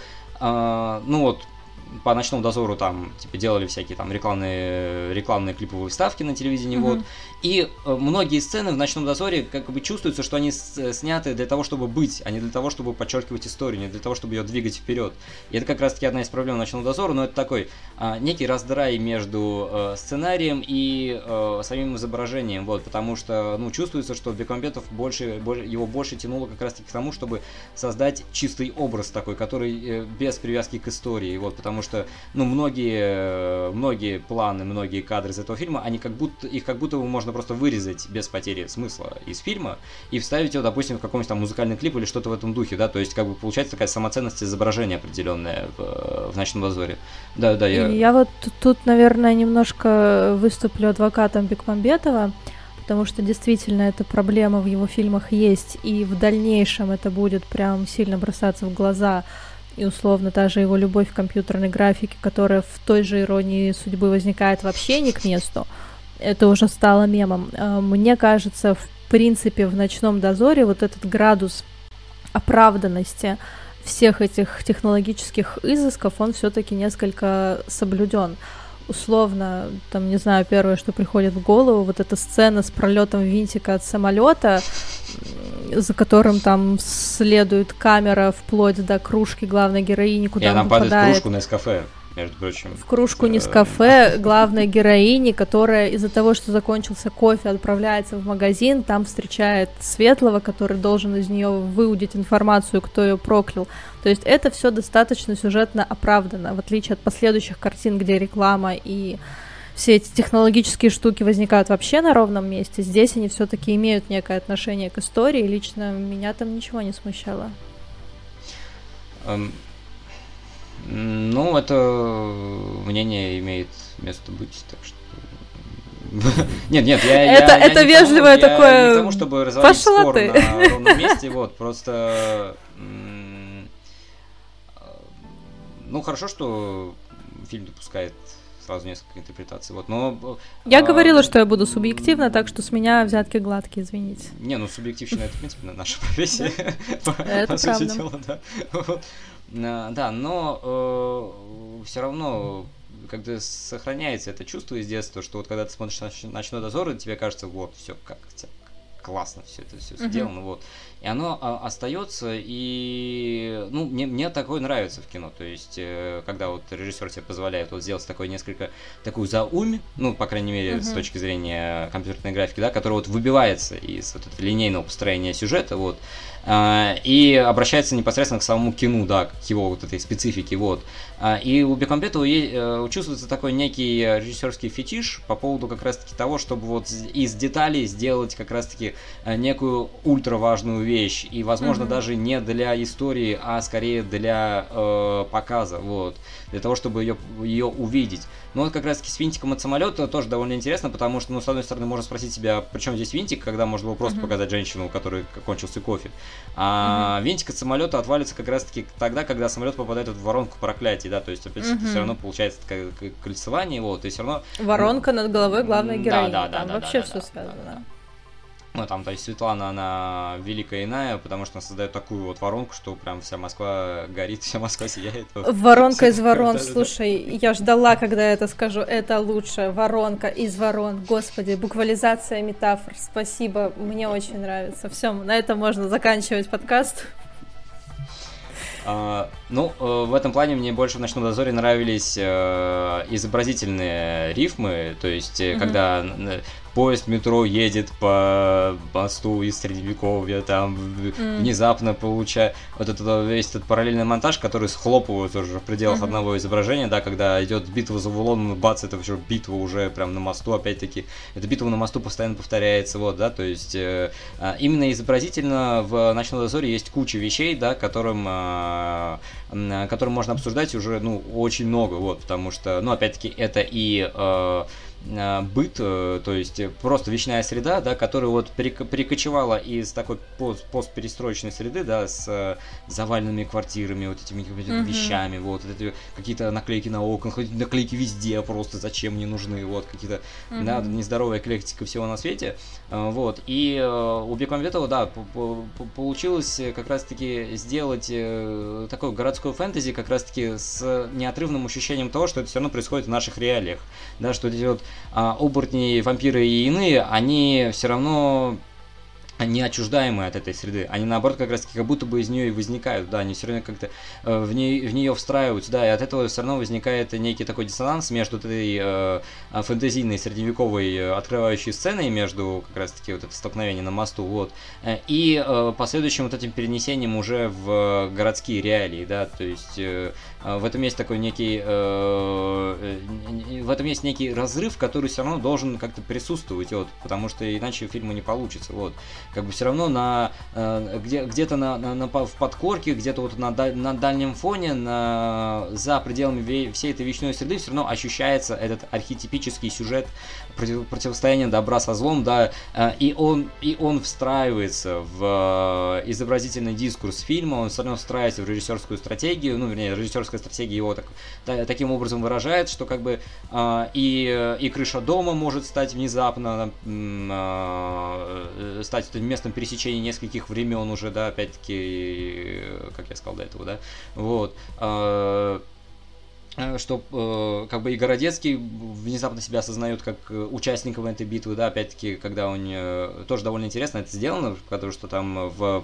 ну вот, по «Ночному дозору» там типа делали всякие там рекламные, рекламные клиповые вставки на телевидении, mm-hmm. вот. И э, многие сцены в «Ночном дозоре» как бы чувствуется, что они с- сняты для того, чтобы быть, а не для того, чтобы подчеркивать историю, не для того, чтобы ее двигать вперед. И это как раз-таки одна из проблем «Ночного дозора», но это такой э, некий раздрай между э, сценарием и э, самим изображением, вот, потому что, ну, чувствуется, что Бекмамбетов больше, больше, его больше тянуло как раз-таки к тому, чтобы создать чистый образ такой, который э, без привязки к истории, вот, потому что, ну, многие, многие планы, многие кадры из этого фильма, они как будто, их как будто можно просто вырезать без потери смысла из фильма и вставить его, допустим, в какой-нибудь там музыкальный клип или что-то в этом духе, да, то есть как бы получается такая самоценность изображения определенная в, в «Ночном дозоре». Да, да, я... Я вот тут, наверное, немножко выступлю адвокатом Бекмамбетова, потому что действительно эта проблема в его фильмах есть, и в дальнейшем это будет прям сильно бросаться в глаза. И условно та же его любовь к компьютерной графике, которая в той же «Иронии судьбы» возникает вообще не к месту, это уже стало мемом. Мне кажется, в принципе, в «Ночном дозоре» вот этот градус оправданности всех этих технологических изысков, он все-таки несколько соблюден. Условно, там, не знаю, первое, что приходит в голову, вот эта сцена с пролетом винтика от самолета, за которым там следует камера вплоть до кружки главной героини, куда и она он падает попадает. в кружку Нескафе, между прочим. В кружку Нескафе главной героини, которая из-за того, что закончился кофе, отправляется в магазин, там встречает Светлого, который должен из нее выудить информацию, кто ее проклял. То есть это все достаточно сюжетно оправдано, в отличие от последующих картин, где реклама и все эти технологические штуки возникают вообще на ровном месте. Здесь они все-таки имеют некое отношение к истории, лично меня там ничего не смущало. Um... Ну, это мнение имеет место быть, так что... Нет, нет, я... Это, я, это я вежливое тому, такое... Я не тому, чтобы развалить Пошла спор ты. на ровном месте, вот, просто... Ну, хорошо, что фильм допускает сразу несколько интерпретаций, вот, но... Я а... говорила, что я буду субъективна, так что с меня взятки гладкие, извините. Не, ну, субъективщина — это, в принципе, наша профессия. Это правда. Да, но э, все равно, когда сохраняется это чувство из детства, что вот когда ты смотришь «Ночной дозор», тебе кажется, вот, все как классно, все это все сделано, uh-huh. вот. И оно а, остается, и, ну, мне, мне такое нравится в кино, то есть, э, когда вот режиссер тебе позволяет вот сделать такой несколько, такую заумь, ну, по крайней мере, uh-huh. с точки зрения компьютерной графики, да, которая вот выбивается из вот этого линейного построения сюжета, вот, э, и обращается непосредственно к самому кино, да, к его вот этой специфике, вот. И у Бекмамбетова э, чувствуется такой некий режиссерский фетиш по поводу как раз-таки того, чтобы вот из деталей сделать как раз-таки некую ультраважную вещь, и, возможно, mm-hmm. даже не для истории, а скорее для э, показа, вот, для того, чтобы ее, ее увидеть. Но вот как раз-таки с винтиком от самолета тоже довольно интересно, потому что, ну, с одной стороны, можно спросить себя, при чем здесь винтик, когда можно было просто mm-hmm. показать женщину, у которой кончился кофе. А mm-hmm. винтик от самолета отвалится как раз-таки тогда, когда самолет попадает в воронку проклятий, да, то есть, опять же, mm-hmm. все равно получается такое кольцевание, вот, и все равно... Воронка ну, над головой главной героини, да, да, там да, вообще да, все да, связано. Да, да. Ну, там, то есть, Светлана, она великая иная, потому что она создает такую вот воронку, что прям вся Москва горит, вся Москва сияет. Вот. Воронка из ворон, слушай, я ждала, когда я это скажу, это лучше, воронка из ворон, господи, буквализация метафор, спасибо, мне очень нравится. Все, на этом можно заканчивать подкаст. Uh, ну, uh, в этом плане мне больше в «Ночном дозоре» нравились uh, изобразительные рифмы, то есть, uh, mm-hmm. когда поезд метро едет по мосту из Средневековья, там mm. внезапно получая вот этот весь этот параллельный монтаж, который схлопывают уже в пределах mm-hmm. одного изображения, да, когда идет битва за Вавилон, бац, это все битва уже прям на мосту, опять-таки, эта битва на мосту постоянно повторяется, вот, да, то есть э, именно изобразительно в «Ночном дозоре» есть куча вещей, да, которым, э, которым можно обсуждать уже, ну, очень много, вот, потому что, ну, опять-таки, это и э, быт, то есть просто вечная среда, да, которая вот перекочевала из такой пост постперестроечной среды, да, с заваленными квартирами, вот этими uh-huh. вещами, вот, вот эти какие-то наклейки на окнах, наклейки везде просто, зачем не нужны, вот, какие-то, uh-huh. да, нездоровая эклектика всего на свете, вот, и у Бекмамбетова, да, получилось как раз-таки сделать такое городское фэнтези, как раз-таки с неотрывным ощущением того, что это все равно происходит в наших реалиях, да, что эти вот а, оборотни, вампиры и иные, они все равно не отчуждаемые от этой среды, они наоборот как раз как будто бы из нее и возникают, да, они все равно как-то э, в, ней, в нее встраиваются, да, и от этого все равно возникает некий такой диссонанс между этой э, фэнтезийной средневековой э, открывающей сценой, между как раз-таки вот это столкновение на мосту, вот, э, и э, последующим вот этим перенесением уже в городские реалии, да, то есть э, в этом есть такой некий, э, э, в этом есть некий разрыв, который все равно должен как-то присутствовать, вот, потому что иначе фильма не получится, вот. Как бы все равно на где, где-то на, на, на, в подкорке, где-то вот на, на дальнем фоне, на, за пределами всей этой вечной среды все равно ощущается этот архетипический сюжет против, противостояния добра со злом, да, и он, и он встраивается в изобразительный дискурс фильма, он все равно встраивается в режиссерскую стратегию, ну, вернее, режиссерская стратегия его так, та, таким образом выражает, что как бы и, и крыша дома может стать внезапно, стать местом пересечения нескольких времен уже, да, опять-таки, как я сказал до этого, да, вот, что как бы и Городецкий внезапно себя осознает как участником этой битвы, да, опять-таки, когда он тоже довольно интересно это сделано, потому что там в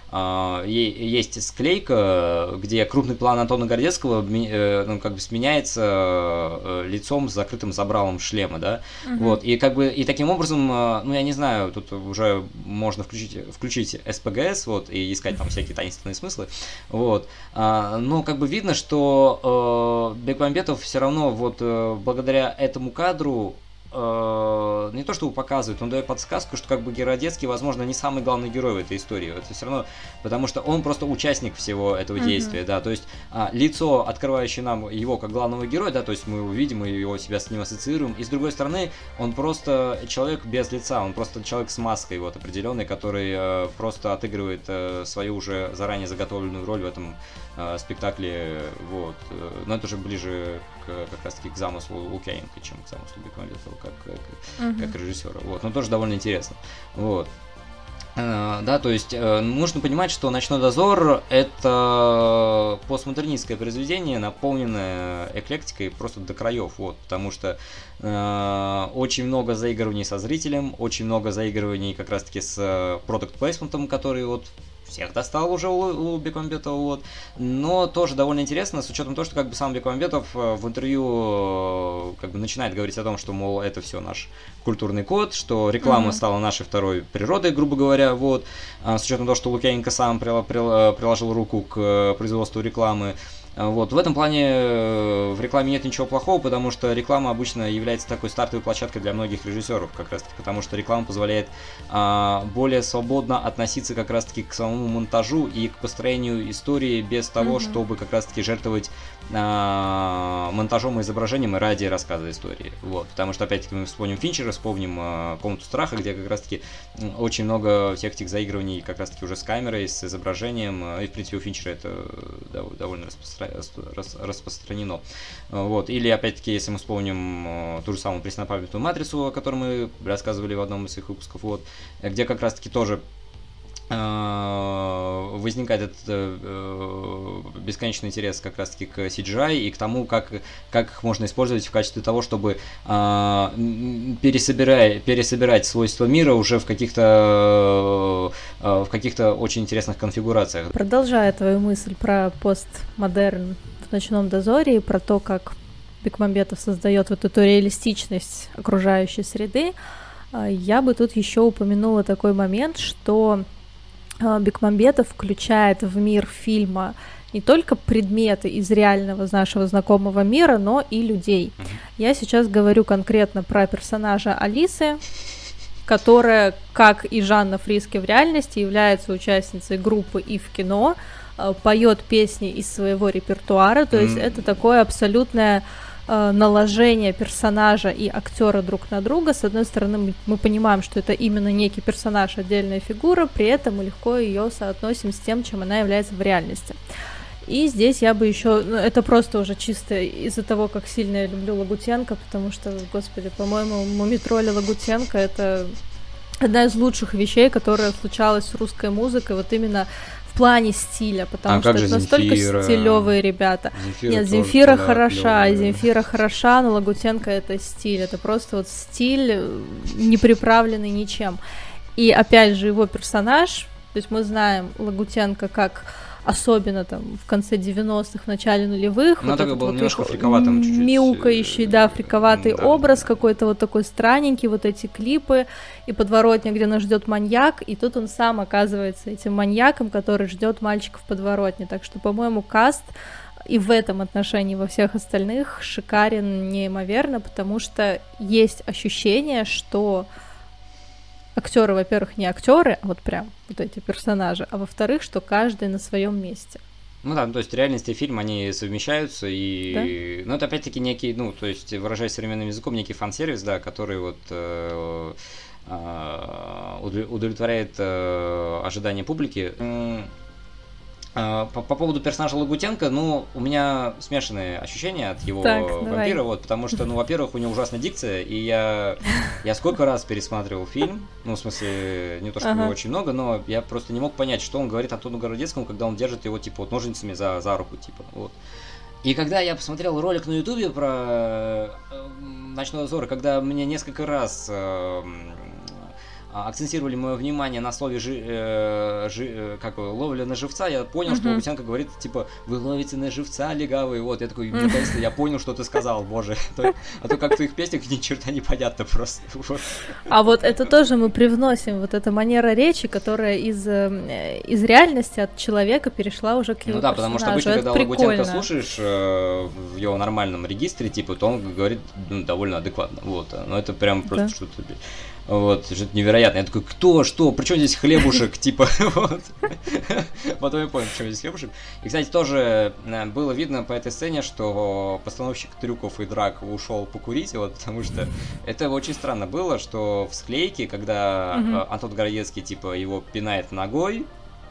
есть склейка, где крупный план Антона Городецкого, ну, как бы сменяется лицом с закрытым забралом шлема, да, uh-huh. вот, и как бы, и таким образом, ну, я не знаю, тут уже можно включить, включить эс пэ гэ эс, вот, и искать там всякие таинственные смыслы, вот, но как бы видно, что Бекмамбетов все равно вот благодаря этому кадру э, не то чтобы показывает, он дает подсказку, что как бы Городецкий, возможно, не самый главный герой в этой истории. Это все равно, потому что он просто участник всего этого mm-hmm. действия, да, то есть а, лицо, открывающее нам его как главного героя, да, то есть мы его видим, мы его себя с ним ассоциируем, и с другой стороны, он просто человек без лица, он просто человек с маской вот определенной, который э, просто отыгрывает э, свою уже заранее заготовленную роль в этом э, спектакле, вот, но это уже ближе к, как раз таки к замыслу Лукьяненко, чем к замыслу Бекмамбетова как, как, uh-huh. как режиссера, вот, но тоже довольно интересно, вот. Uh, да, то есть uh, нужно понимать, что «Ночной дозор» — это постмодернистское произведение, наполненное эклектикой просто до краев, вот, потому что uh, очень много заигрываний со зрителем, очень много заигрываний как раз-таки с product placement, который вот всех достал уже у, у Бекмамбетова, вот. Но тоже довольно интересно, с учетом того, что как бы сам Бекмамбетов в интервью как бы начинает говорить о том, что, мол, это все наш культурный код, что реклама mm-hmm. стала нашей второй природой, грубо говоря, вот. С учетом того, что Лукьяненко сам приложил руку к производству рекламы. Вот. В этом плане в рекламе нет ничего плохого, потому что реклама обычно является такой стартовой площадкой для многих режиссеров, как раз таки, потому что реклама позволяет а, более свободно относиться как раз таки к самому монтажу и к построению истории без того, mm-hmm. чтобы как раз таки жертвовать а, монтажом и изображением ради рассказа истории. Вот. Потому что, опять-таки, мы вспомним Финчера, вспомним а, «Комнату страха», где как раз таки очень много всех этих заигрываний как раз таки уже с камерой, с изображением, и в принципе у Финчера это довольно распространено. распространено. Вот. Или, опять-таки, если мы вспомним ту же самую преснопамятную «Матрицу», о которой мы рассказывали в одном из своих выпусков, вот, где как раз-таки тоже возникает этот э, бесконечный интерес как раз-таки к си джи ай и к тому, как, как их можно использовать в качестве того, чтобы э, пересобирать, пересобирать свойства мира уже в каких-то, э, в каких-то очень интересных конфигурациях. Продолжая твою мысль про постмодерн в «Ночном дозоре» и про то, как Бекмамбетов создает вот эту реалистичность окружающей среды, Я бы тут еще упомянула такой момент, что Бекмамбетов включает в мир фильма не только предметы из реального нашего знакомого мира, но и людей. Я сейчас говорю конкретно про персонажа Алисы, которая, как и Жанна Фриске в реальности, является участницей группы и в кино, поет песни из своего репертуара, то есть mm. это такое абсолютное э, наложение персонажа и актера друг на друга. С одной стороны, мы, мы понимаем, что это именно некий персонаж, отдельная фигура, при этом мы легко ее соотносим с тем, чем она является в реальности. И здесь я бы еще, ну, это просто уже чисто из-за того, как сильно я люблю Лагутенко, потому что, господи, по-моему, Мумитроли Лагутенко — это одна из лучших вещей, которая случалась с русской музыкой, вот именно в плане стиля, потому а что это Земфира? Настолько стилевые ребята. Земфира Нет, тоже, Земфира да, хороша, клёвая. Земфира хороша, но Лагутенко — это стиль, это просто вот стиль, не приправленный ничем. И опять же его персонаж, то есть мы знаем Лагутенко как особенно там в конце девяностых, в начале нулевых, ну, вот этот был вот немножко фриковатым чуть-чуть. Мяукающий, да, фриковатый да, образ, да. какой-то вот такой странненький, вот эти клипы и подворотня, где нас ждет маньяк, и тут он сам оказывается этим маньяком, который ждет мальчика в подворотне. Так что, по-моему, каст и в этом отношении, во всех остальных шикарен неимоверно, потому что есть ощущение, что актеры, во-первых, не актеры, а вот прям вот эти персонажи, а во-вторых, что каждый на своем месте. Ну да, ну, то есть реальность и фильм, они совмещаются, и... Да? Ну, это опять-таки некий, ну, то есть, выражаясь современным языком, некий фан-сервис, да, который вот э, э, удовлетворяет э, ожидания публики. По, по поводу персонажа Лагутенко, ну, у меня смешанные ощущения от его так, вампира, давай. вот, потому что, ну, во-первых, у него ужасная дикция, и я, я сколько раз пересматривал фильм, ну, в смысле, не то, что ага. очень много, но я просто не мог понять, что он говорит Антону Городецкому, когда он держит его, типа, вот ножницами за, за руку, типа, вот. И когда я посмотрел ролик на Ютубе про э, «Ночной дозор», когда мне несколько раз... Э, акцентировали мое внимание на слове жи, э, жи, э, как ловля на живца, я понял, uh-huh. что Лагутенко говорит, типа, вы ловите на живца, легавый, вот, я такой, наконец-то я понял, что ты сказал, боже, а то как в твоих песнях ни черта непонятно просто. А вот это тоже мы привносим, вот эта манера речи, которая из, из реальности от человека перешла уже к его Ну да, персонажу. потому что обычно, это когда прикольно. Лагутенко слушаешь э, в его нормальном регистре, типа, то он говорит ну, довольно адекватно, вот, но это прям просто да. что-то... Вот, что-то невероятное. Я такой, кто, что, при чем здесь хлебушек, типа, вот. Потом я понял, при чем здесь хлебушек. И, кстати, тоже было видно по этой сцене, что постановщик трюков и драк ушел покурить, вот, потому что это очень странно было, что в склейке, когда Антон Городецкий, типа, его пинает ногой,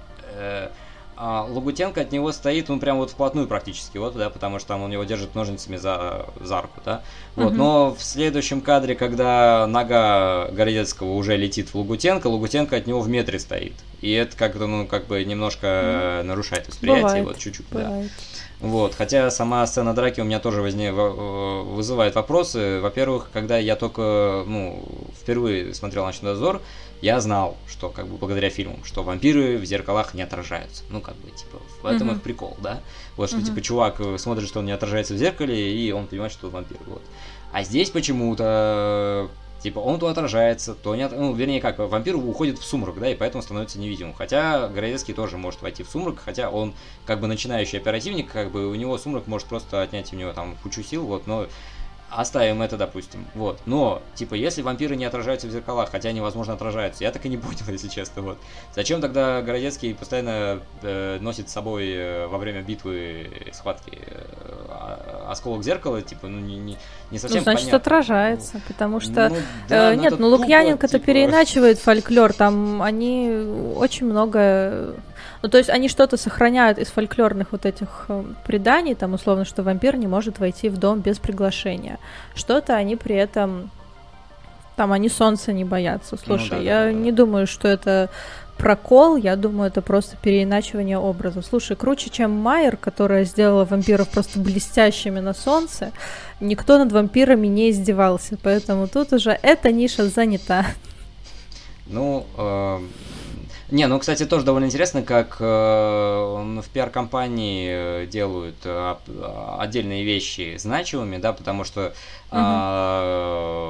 а Лагутенко от него стоит, он прям вот вплотную практически, вот, да, потому что там он его держит ножницами за, за руку, да, вот, uh-huh. но в следующем кадре, когда нога Городецкого уже летит в Лагутенко, Лагутенко от него в метре стоит, и это как-то, ну, как бы немножко uh-huh. нарушает восприятие, Бывает. Вот, чуть-чуть, Бывает. да. Вот, хотя сама сцена драки у меня тоже возне... вызывает вопросы, во-первых, когда я только, ну, впервые смотрел «Ночной дозор», я знал, что как бы благодаря фильмам, что вампиры в зеркалах не отражаются. Ну, как бы, типа, в этом uh-huh. их прикол, да? Вот, что, uh-huh. типа, чувак смотрит, что он не отражается в зеркале, и он понимает, что он вампир, вот. А здесь почему-то, типа, он то отражается, то не от... Ну, вернее, как, вампир уходит в сумрак, да, и поэтому становится невидимым. Хотя Городецкий тоже может войти в сумрак, хотя он, как бы, начинающий оперативник, как бы, у него сумрак может просто отнять у него, там, кучу сил, вот, но... Оставим это, допустим, вот. Но, типа, если вампиры не отражаются в зеркалах, хотя они, возможно, отражаются, я так и не понял, если честно, вот. Зачем тогда Городецкий постоянно э, носит с собой э, во время битвы, схватки, э, осколок зеркала, типа, ну, не, не, не совсем ну, значит, понятно. отражается, потому что... Ну, да, э, нет, ну, Лукьяненко-то типа... переиначивает фольклор, там они очень много... Ну, то есть они что-то сохраняют из фольклорных вот этих преданий, там, условно, что вампир не может войти в дом без приглашения. Что-то они при этом... Там они солнца не боятся. Слушай, ну, да, я да, да, не да. думаю, что это прокол, я думаю, это просто переиначивание образа. Слушай, круче, чем Майер, которая сделала вампиров просто блестящими на солнце, никто над вампирами не издевался, поэтому тут уже эта ниша занята. Ну... Э... Не, ну, кстати, тоже довольно интересно, как э, в пиар-компании делают э, отдельные вещи значимыми, да, потому что, э, uh-huh.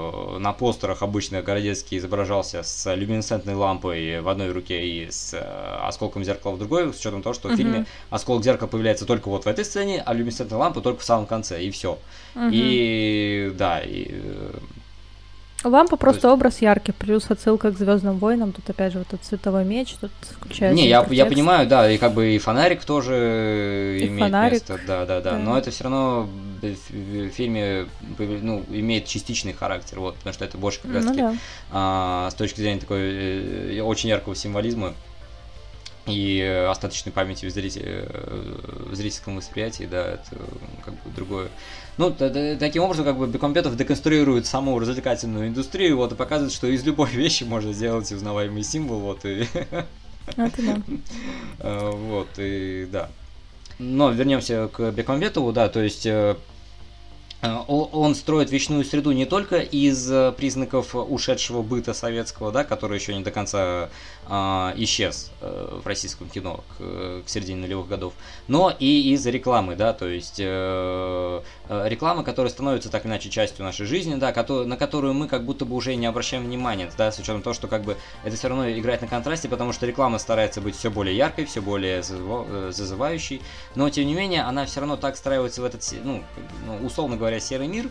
на постерах обычно Городецкий изображался с люминесцентной лампой в одной руке и с осколком зеркала в другой, с учетом того, что uh-huh. в фильме осколок зеркала появляется только вот в этой сцене, а люминесцентная лампа только в самом конце, и все. Uh-huh. И да, и... Лампа просто есть... образ яркий, плюс отсылка к Звездным войнам, тут опять же вот этот цветовой меч, тут включается. Не, я, я понимаю, да, и как бы и фонарик тоже и имеет фонарик. место, да, да, да, да, но это все равно в фильме, ну, имеет частичный характер, вот, потому что это больше как раз таки ну, да. а, с точки зрения такой э, очень яркого символизма и остаточной памяти в, зритель, в зрительском восприятии, да, это как бы другое. Ну, таким образом, как бы Бекмамбетов деконструирует саму развлекательную индустрию, вот, и показывает, что из любой вещи можно сделать узнаваемый символ, вот, и... Это да. Вот, и да. Но вернемся к Бекмамбетову, да, то есть... Он строит вещную среду не только из признаков ушедшего быта советского, да, который еще не до конца э, исчез э, в российском кино к, к середине нулевых годов, но и из рекламы, да, то есть э, реклама, которая становится так или иначе частью нашей жизни, да, который, на которую мы как будто бы уже не обращаем внимания, да, с учетом того, что как бы это все равно играет на контрасте, потому что реклама старается быть все более яркой, все более зазывающей, но тем не менее она все равно так встраивается в этот, ну, условно говоря, серый мир,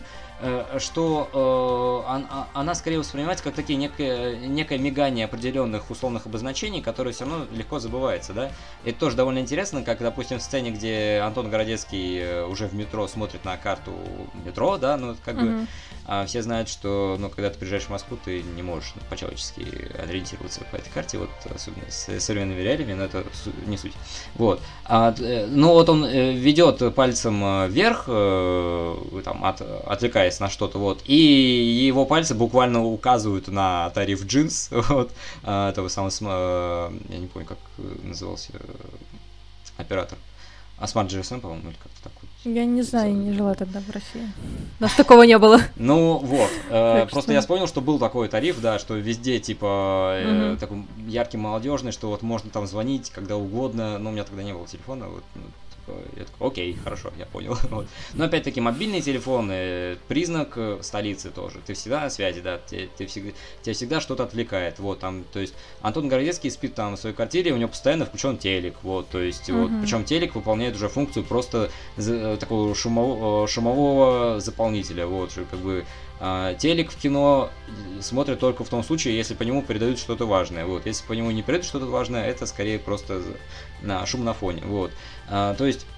что э, она скорее воспринимается как такие некое, некое мигание определенных условных обозначений, которые все равно легко забывается, да. Это тоже довольно интересно, как, допустим, в сцене, где Антон Городецкий уже в метро смотрит на карту метро, да, ну, как mm-hmm. бы а все знают, что, ну, когда ты приезжаешь в Москву, ты не можешь ну, по-человечески ориентироваться по этой карте, вот, особенно с современными реалиями, но это не суть. Вот. А, ну, вот он ведет пальцем вверх, там, от, отвлекаясь на что-то, вот, и его пальцы буквально указывают на тариф джинс, вот, этого самого, я не помню, как назывался оператор. А Smart джи эс эм, по-моему, или как-то так вот. Я не знаю, я не жила тогда в России. У нас такого не было. Ну вот, э, просто что... я вспомнил, что был такой тариф, да, что везде типа э, угу. такой яркий, молодежный, что вот можно там звонить когда угодно, но у меня тогда не было телефона, вот, ну, типа, я такой, окей, хорошо, я понял. Вот. Но опять-таки мобильные телефоны, признак столицы тоже, ты всегда на связи, да, ты, ты всегда, тебя всегда что-то отвлекает, вот, там, то есть Антон Городецкий спит там в своей квартире, у него постоянно включен телек, вот, то есть, угу. вот, причем телек выполняет уже функцию просто такого шумового, шумового заполнителя, вот, как бы а, телек в кино смотрят только в том случае, если по нему передают что-то важное, вот, если по нему не передают что-то важное, это скорее просто на шум на фоне, вот, а, то есть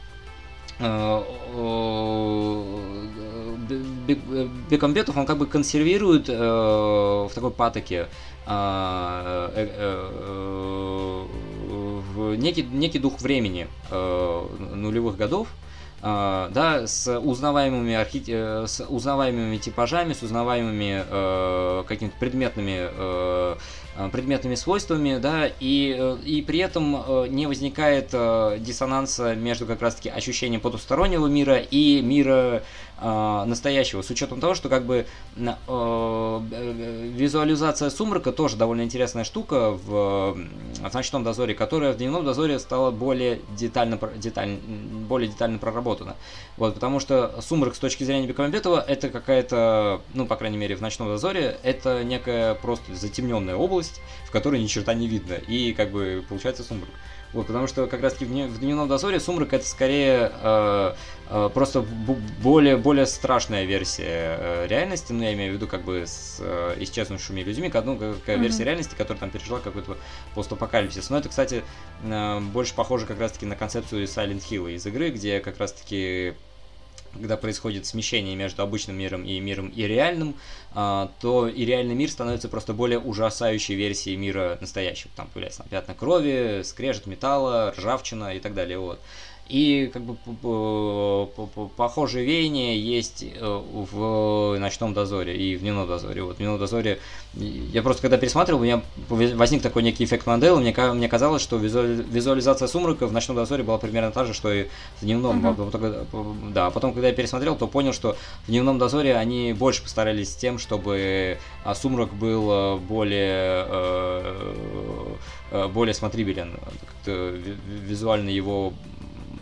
Бекмамбетов, он как бы консервирует э, в такой патоке э, э, э, э, некий, некий дух времени э, нулевых годов, Uh, да, с узнаваемыми, архи... с узнаваемыми типажами, с узнаваемыми uh, какими-то предметными, uh, предметными свойствами, да, и, и при этом uh, не возникает uh, диссонанса между как раз-таки ощущением потустороннего мира и мира uh, настоящего, с учетом того, что как бы uh, визуализация сумрака тоже довольно интересная штука в, в «Ночном дозоре», которая в «Дневном дозоре» стала более детально, деталь, более детально проработана. Вот, потому что сумрак с точки зрения Бекмамбетова это какая-то, ну, по крайней мере, в «Ночном дозоре» это некая просто затемненная область, в которой ни черта не видно, и как бы получается сумрак. Вот, потому что как раз-таки в «Дневном дозоре» сумрак это скорее э, э, просто более, более страшная версия э, реальности, ну, я имею в виду как бы с э, исчезнувшими людьми, ну, какая mm-hmm. версия реальности, которая там пережила какой-то постапокалипсис. Но это, кстати, э, больше похоже как раз-таки на концепцию Silent Hill из игры, где как раз-таки когда происходит смещение между обычным миром и миром и реальным, то и реальный мир становится просто более ужасающей версией мира настоящего. Там появляются там, пятна крови, скрежет металла, ржавчина и так далее. Вот. И как бы похожие веяния есть в «Ночном дозоре» и в «Дневном дозоре». Вот в «Дневном дозоре» я просто когда пересматривал, у меня возник такой некий эффект Манделы, мне, мне казалось, что визуализация сумрака в «Ночном дозоре» была примерно та же, что и в «Дневном». Uh-huh. Да, а потом, когда я пересмотрел, то понял, что в «Дневном дозоре» они больше постарались с тем, чтобы сумрак был более, более смотрибелен, как-то визуально его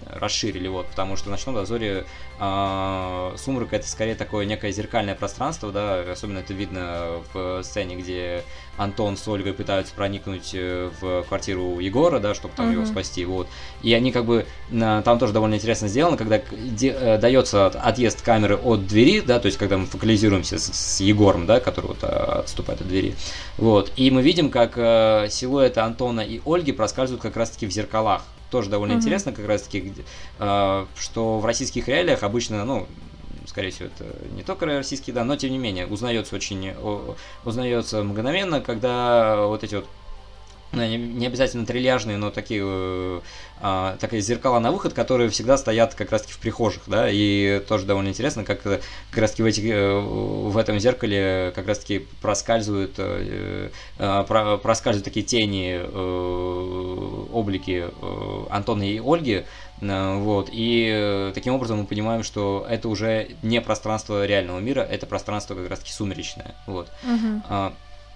расширили, вот, потому что в «Ночном дозоре» э, сумрак — это скорее такое некое зеркальное пространство, да, особенно это видно в сцене, где Антон с Ольгой пытаются проникнуть в квартиру Егора, да, чтобы там uh-huh. его спасти, вот, и они как бы, там тоже довольно интересно сделано, когда де, дается отъезд камеры от двери, да, то есть когда мы фокализируемся с, с Егором, да, который вот отступает от двери, вот, и мы видим, как силуэты Антона и Ольги проскальзывают как раз-таки в зеркалах. Тоже довольно mm-hmm. интересно, как раз-таки, э, что в российских реалиях обычно, ну, скорее всего, это не только российские, да, но тем не менее, узнается очень, узнается мгновенно, когда вот эти вот, ну, не обязательно трильяжные, но такие, э, э, такие зеркала на выход, которые всегда стоят как раз-таки в прихожих, да, и тоже довольно интересно, как как раз-таки в, этих, э, в этом зеркале как раз-таки проскальзывают, э, э, про, проскальзывают такие тени, э, облики э, Антона и Ольги, э, вот, и э, таким образом мы понимаем, что это уже не пространство реального мира, это пространство как раз-таки сумеречное, вот. Uh-huh.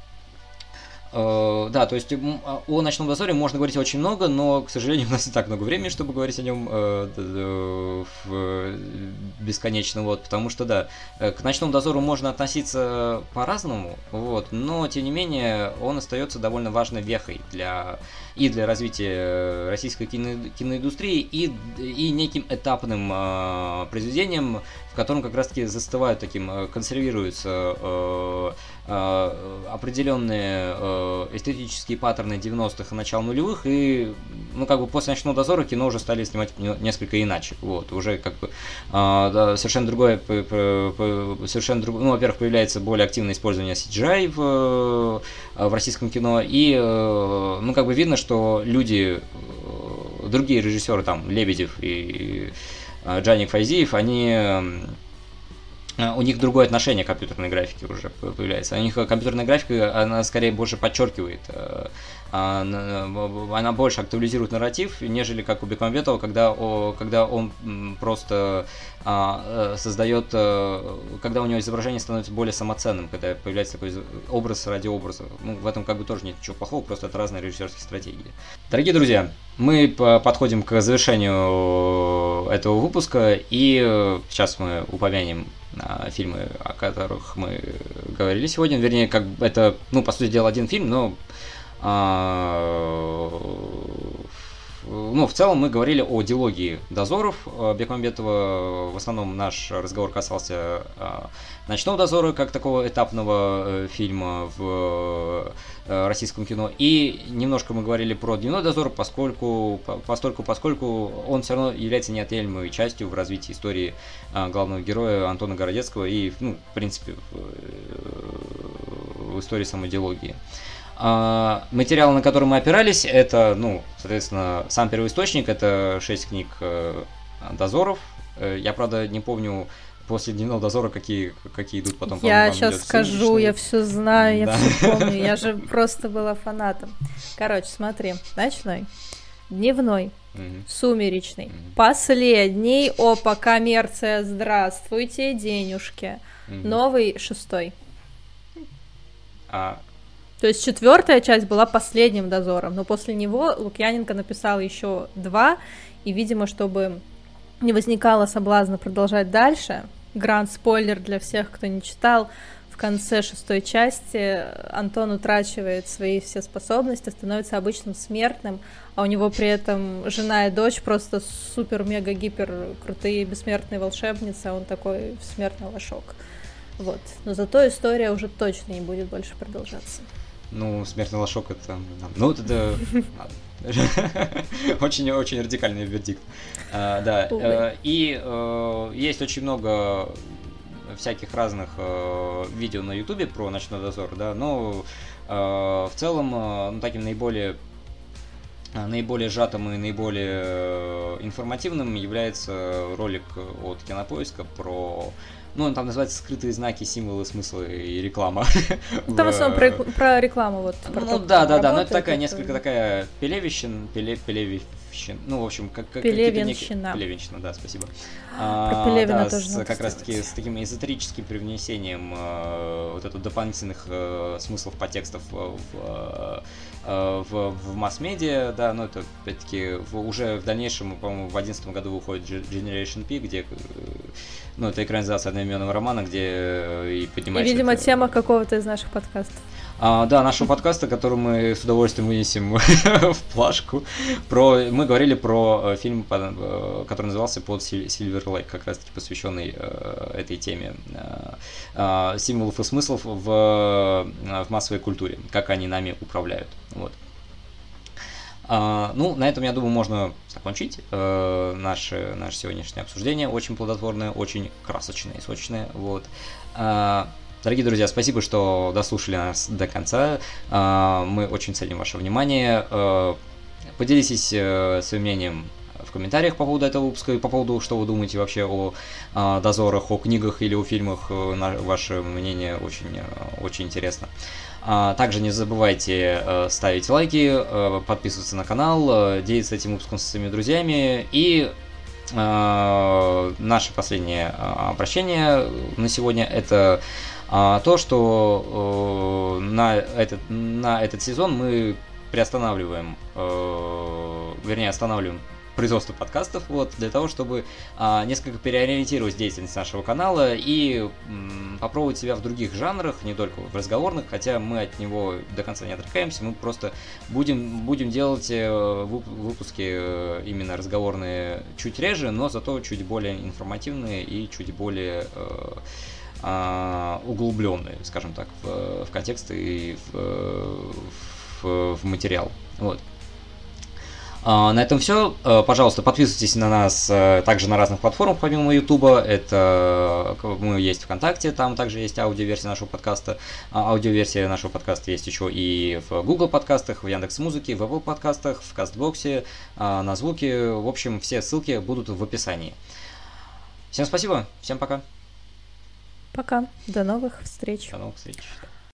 Uh, да, то есть о «Ночном дозоре» можно говорить очень много, но, к сожалению, у нас не так много времени, чтобы говорить о нем uh, uh, бесконечно, вот, потому что, да, к «Ночному дозору» можно относиться по-разному, вот, но, тем не менее, он остается довольно важной вехой для, и для развития российской кино, киноиндустрии, и, и неким этапным uh, произведением, в котором как раз-таки застывают таким, консервируются uh, uh, определенные uh, эстетические паттерны девяностых и начала нулевых, и, ну, как бы после «Ночного дозора» кино уже стали снимать несколько иначе, вот, уже как бы э, да, совершенно другое, совершенно другое, ну, во-первых, появляется более активное использование си джи ай в, в российском кино, и, э, ну, как бы видно, что люди, другие режиссеры, там, Лебедев и Джаник Файзиев, они... у них другое отношение к компьютерной графике уже появляется. У них компьютерная графика, она скорее больше подчеркивает, она больше актуализирует нарратив, нежели как у Бекмамбетова, когда, когда он просто создает, когда у него изображение становится более самоценным, когда появляется такой образ ради образа. Ну, в этом как бы тоже нет ничего плохого, просто это разные режиссерские стратегии. Дорогие друзья, мы подходим к завершению этого выпуска, и сейчас мы упомянем фильмы, о которых мы говорили сегодня. Вернее, как это, ну, по сути дела, один фильм, но а, ну, в целом мы говорили о дилогии дозоров Бекмамбетова. В основном наш разговор касался а, «Ночного дозора» как такого этапного э, фильма в э, российском кино. И немножко мы говорили про «Дневной дозор», поскольку, постольку, поскольку он все равно является неотъемлемой частью в развитии истории э, главного героя Антона Городецкого и, ну, в принципе, в, э, в истории самой дилогии. А, материал, на который мы опирались, это, ну, соответственно, сам первоисточник, это шесть книг э, дозоров. Э, я, правда, не помню после «Дневного дозора», какие, какие идут потом. Я сейчас скажу, я все знаю, я да. все помню, я же просто была фанатом. Короче, смотри, «Ночной», «Дневной», угу. «Сумеречный», угу. «Последний», «Опа, коммерция, здравствуйте, денежки», угу. «Новый», «Шестой». А... То есть четвертая часть была последним дозором, но после него Лукьяненко написал еще два, и, видимо, чтобы не возникало соблазна продолжать дальше, гранд-спойлер для всех, кто не читал, в конце шестой части Антон утрачивает свои все способности, становится обычным смертным, а у него при этом жена и дочь просто супер-мега-гипер крутые бессмертные волшебницы, а он такой смертный лошок. Вот. Но зато история уже точно не будет больше продолжаться. Ну, «Смертный лошок» это... Ну, это... Очень-очень радикальный вердикт. А, да, э, и э, есть очень много всяких разных э, видео на Ютубе про «Ночной дозор», да, но э, в целом, э, ну, таким наиболее наиболее сжатым и наиболее информативным является ролик от Кинопоиска про... Ну, он там называется «Скрытые знаки, символы, смыслы и реклама». Там в основном про, про рекламу. Вот, про ну, да, да, да, но это такая, несколько такая пелевищен, пеле, пелевищен, ну, в общем, как... Пелевенщина. Пелевенщина, да, спасибо. Про Пелевина а, тоже да, с, как раз-таки с таким эзотерическим привнесением э, вот это дополнительных э, смыслов подтекстов в, э, в, в масс-медиа, да, но это, опять-таки, в, уже в дальнейшем, по-моему, в две тысячи одиннадцатом году выходит Generation P, где, ну, это экранизация одноименного романа, где и поднимается... И, видимо, это... тема какого-то из наших подкастов. А, да, нашего подкаста, который мы с удовольствием вынесем в плашку. Про, мы говорили про фильм, который назывался «Под Silver Lake», как раз-таки посвященный э, этой теме э, символов и смыслов в, в массовой культуре, как они нами управляют. Вот. А, ну, на этом, я думаю, можно закончить э, наше, наше сегодняшнее обсуждение. Очень плодотворное, очень красочное и сочное. Вот. А, Дорогие друзья, спасибо, что дослушали нас до конца. Мы очень ценим ваше внимание. Поделитесь своим мнением в комментариях по поводу этого выпуска и по поводу, что вы думаете вообще о дозорах, о книгах или о фильмах. Ваше мнение очень, очень интересно. Также не забывайте ставить лайки, подписываться на канал, делиться этим выпуском со своими друзьями. И наше последнее обращение на сегодня — это то, что э, на, этот, на этот сезон мы приостанавливаем, э, вернее, останавливаем производство подкастов, вот, для того, чтобы э, несколько переориентировать деятельность нашего канала и э, попробовать себя в других жанрах, не только в разговорных, хотя мы от него до конца не отрекаемся, мы просто будем, будем делать э, выпуски э, именно разговорные чуть реже, но зато чуть более информативные и чуть более... Э, углубленные, скажем так, в, в контекст и в, в, в материал. Вот. На этом все. Пожалуйста, подписывайтесь на нас также на разных платформах, помимо Ютуба. Это мы есть ВКонтакте, там также есть аудиоверсия нашего подкаста. Аудиоверсия нашего подкаста есть еще и в Google подкастах, в Яндекс.Музыке, в Apple подкастах, в Кастбоксе, на Звуке. В общем, все ссылки будут в описании. Всем спасибо, всем пока. Пока. До новых встреч. До новых встреч.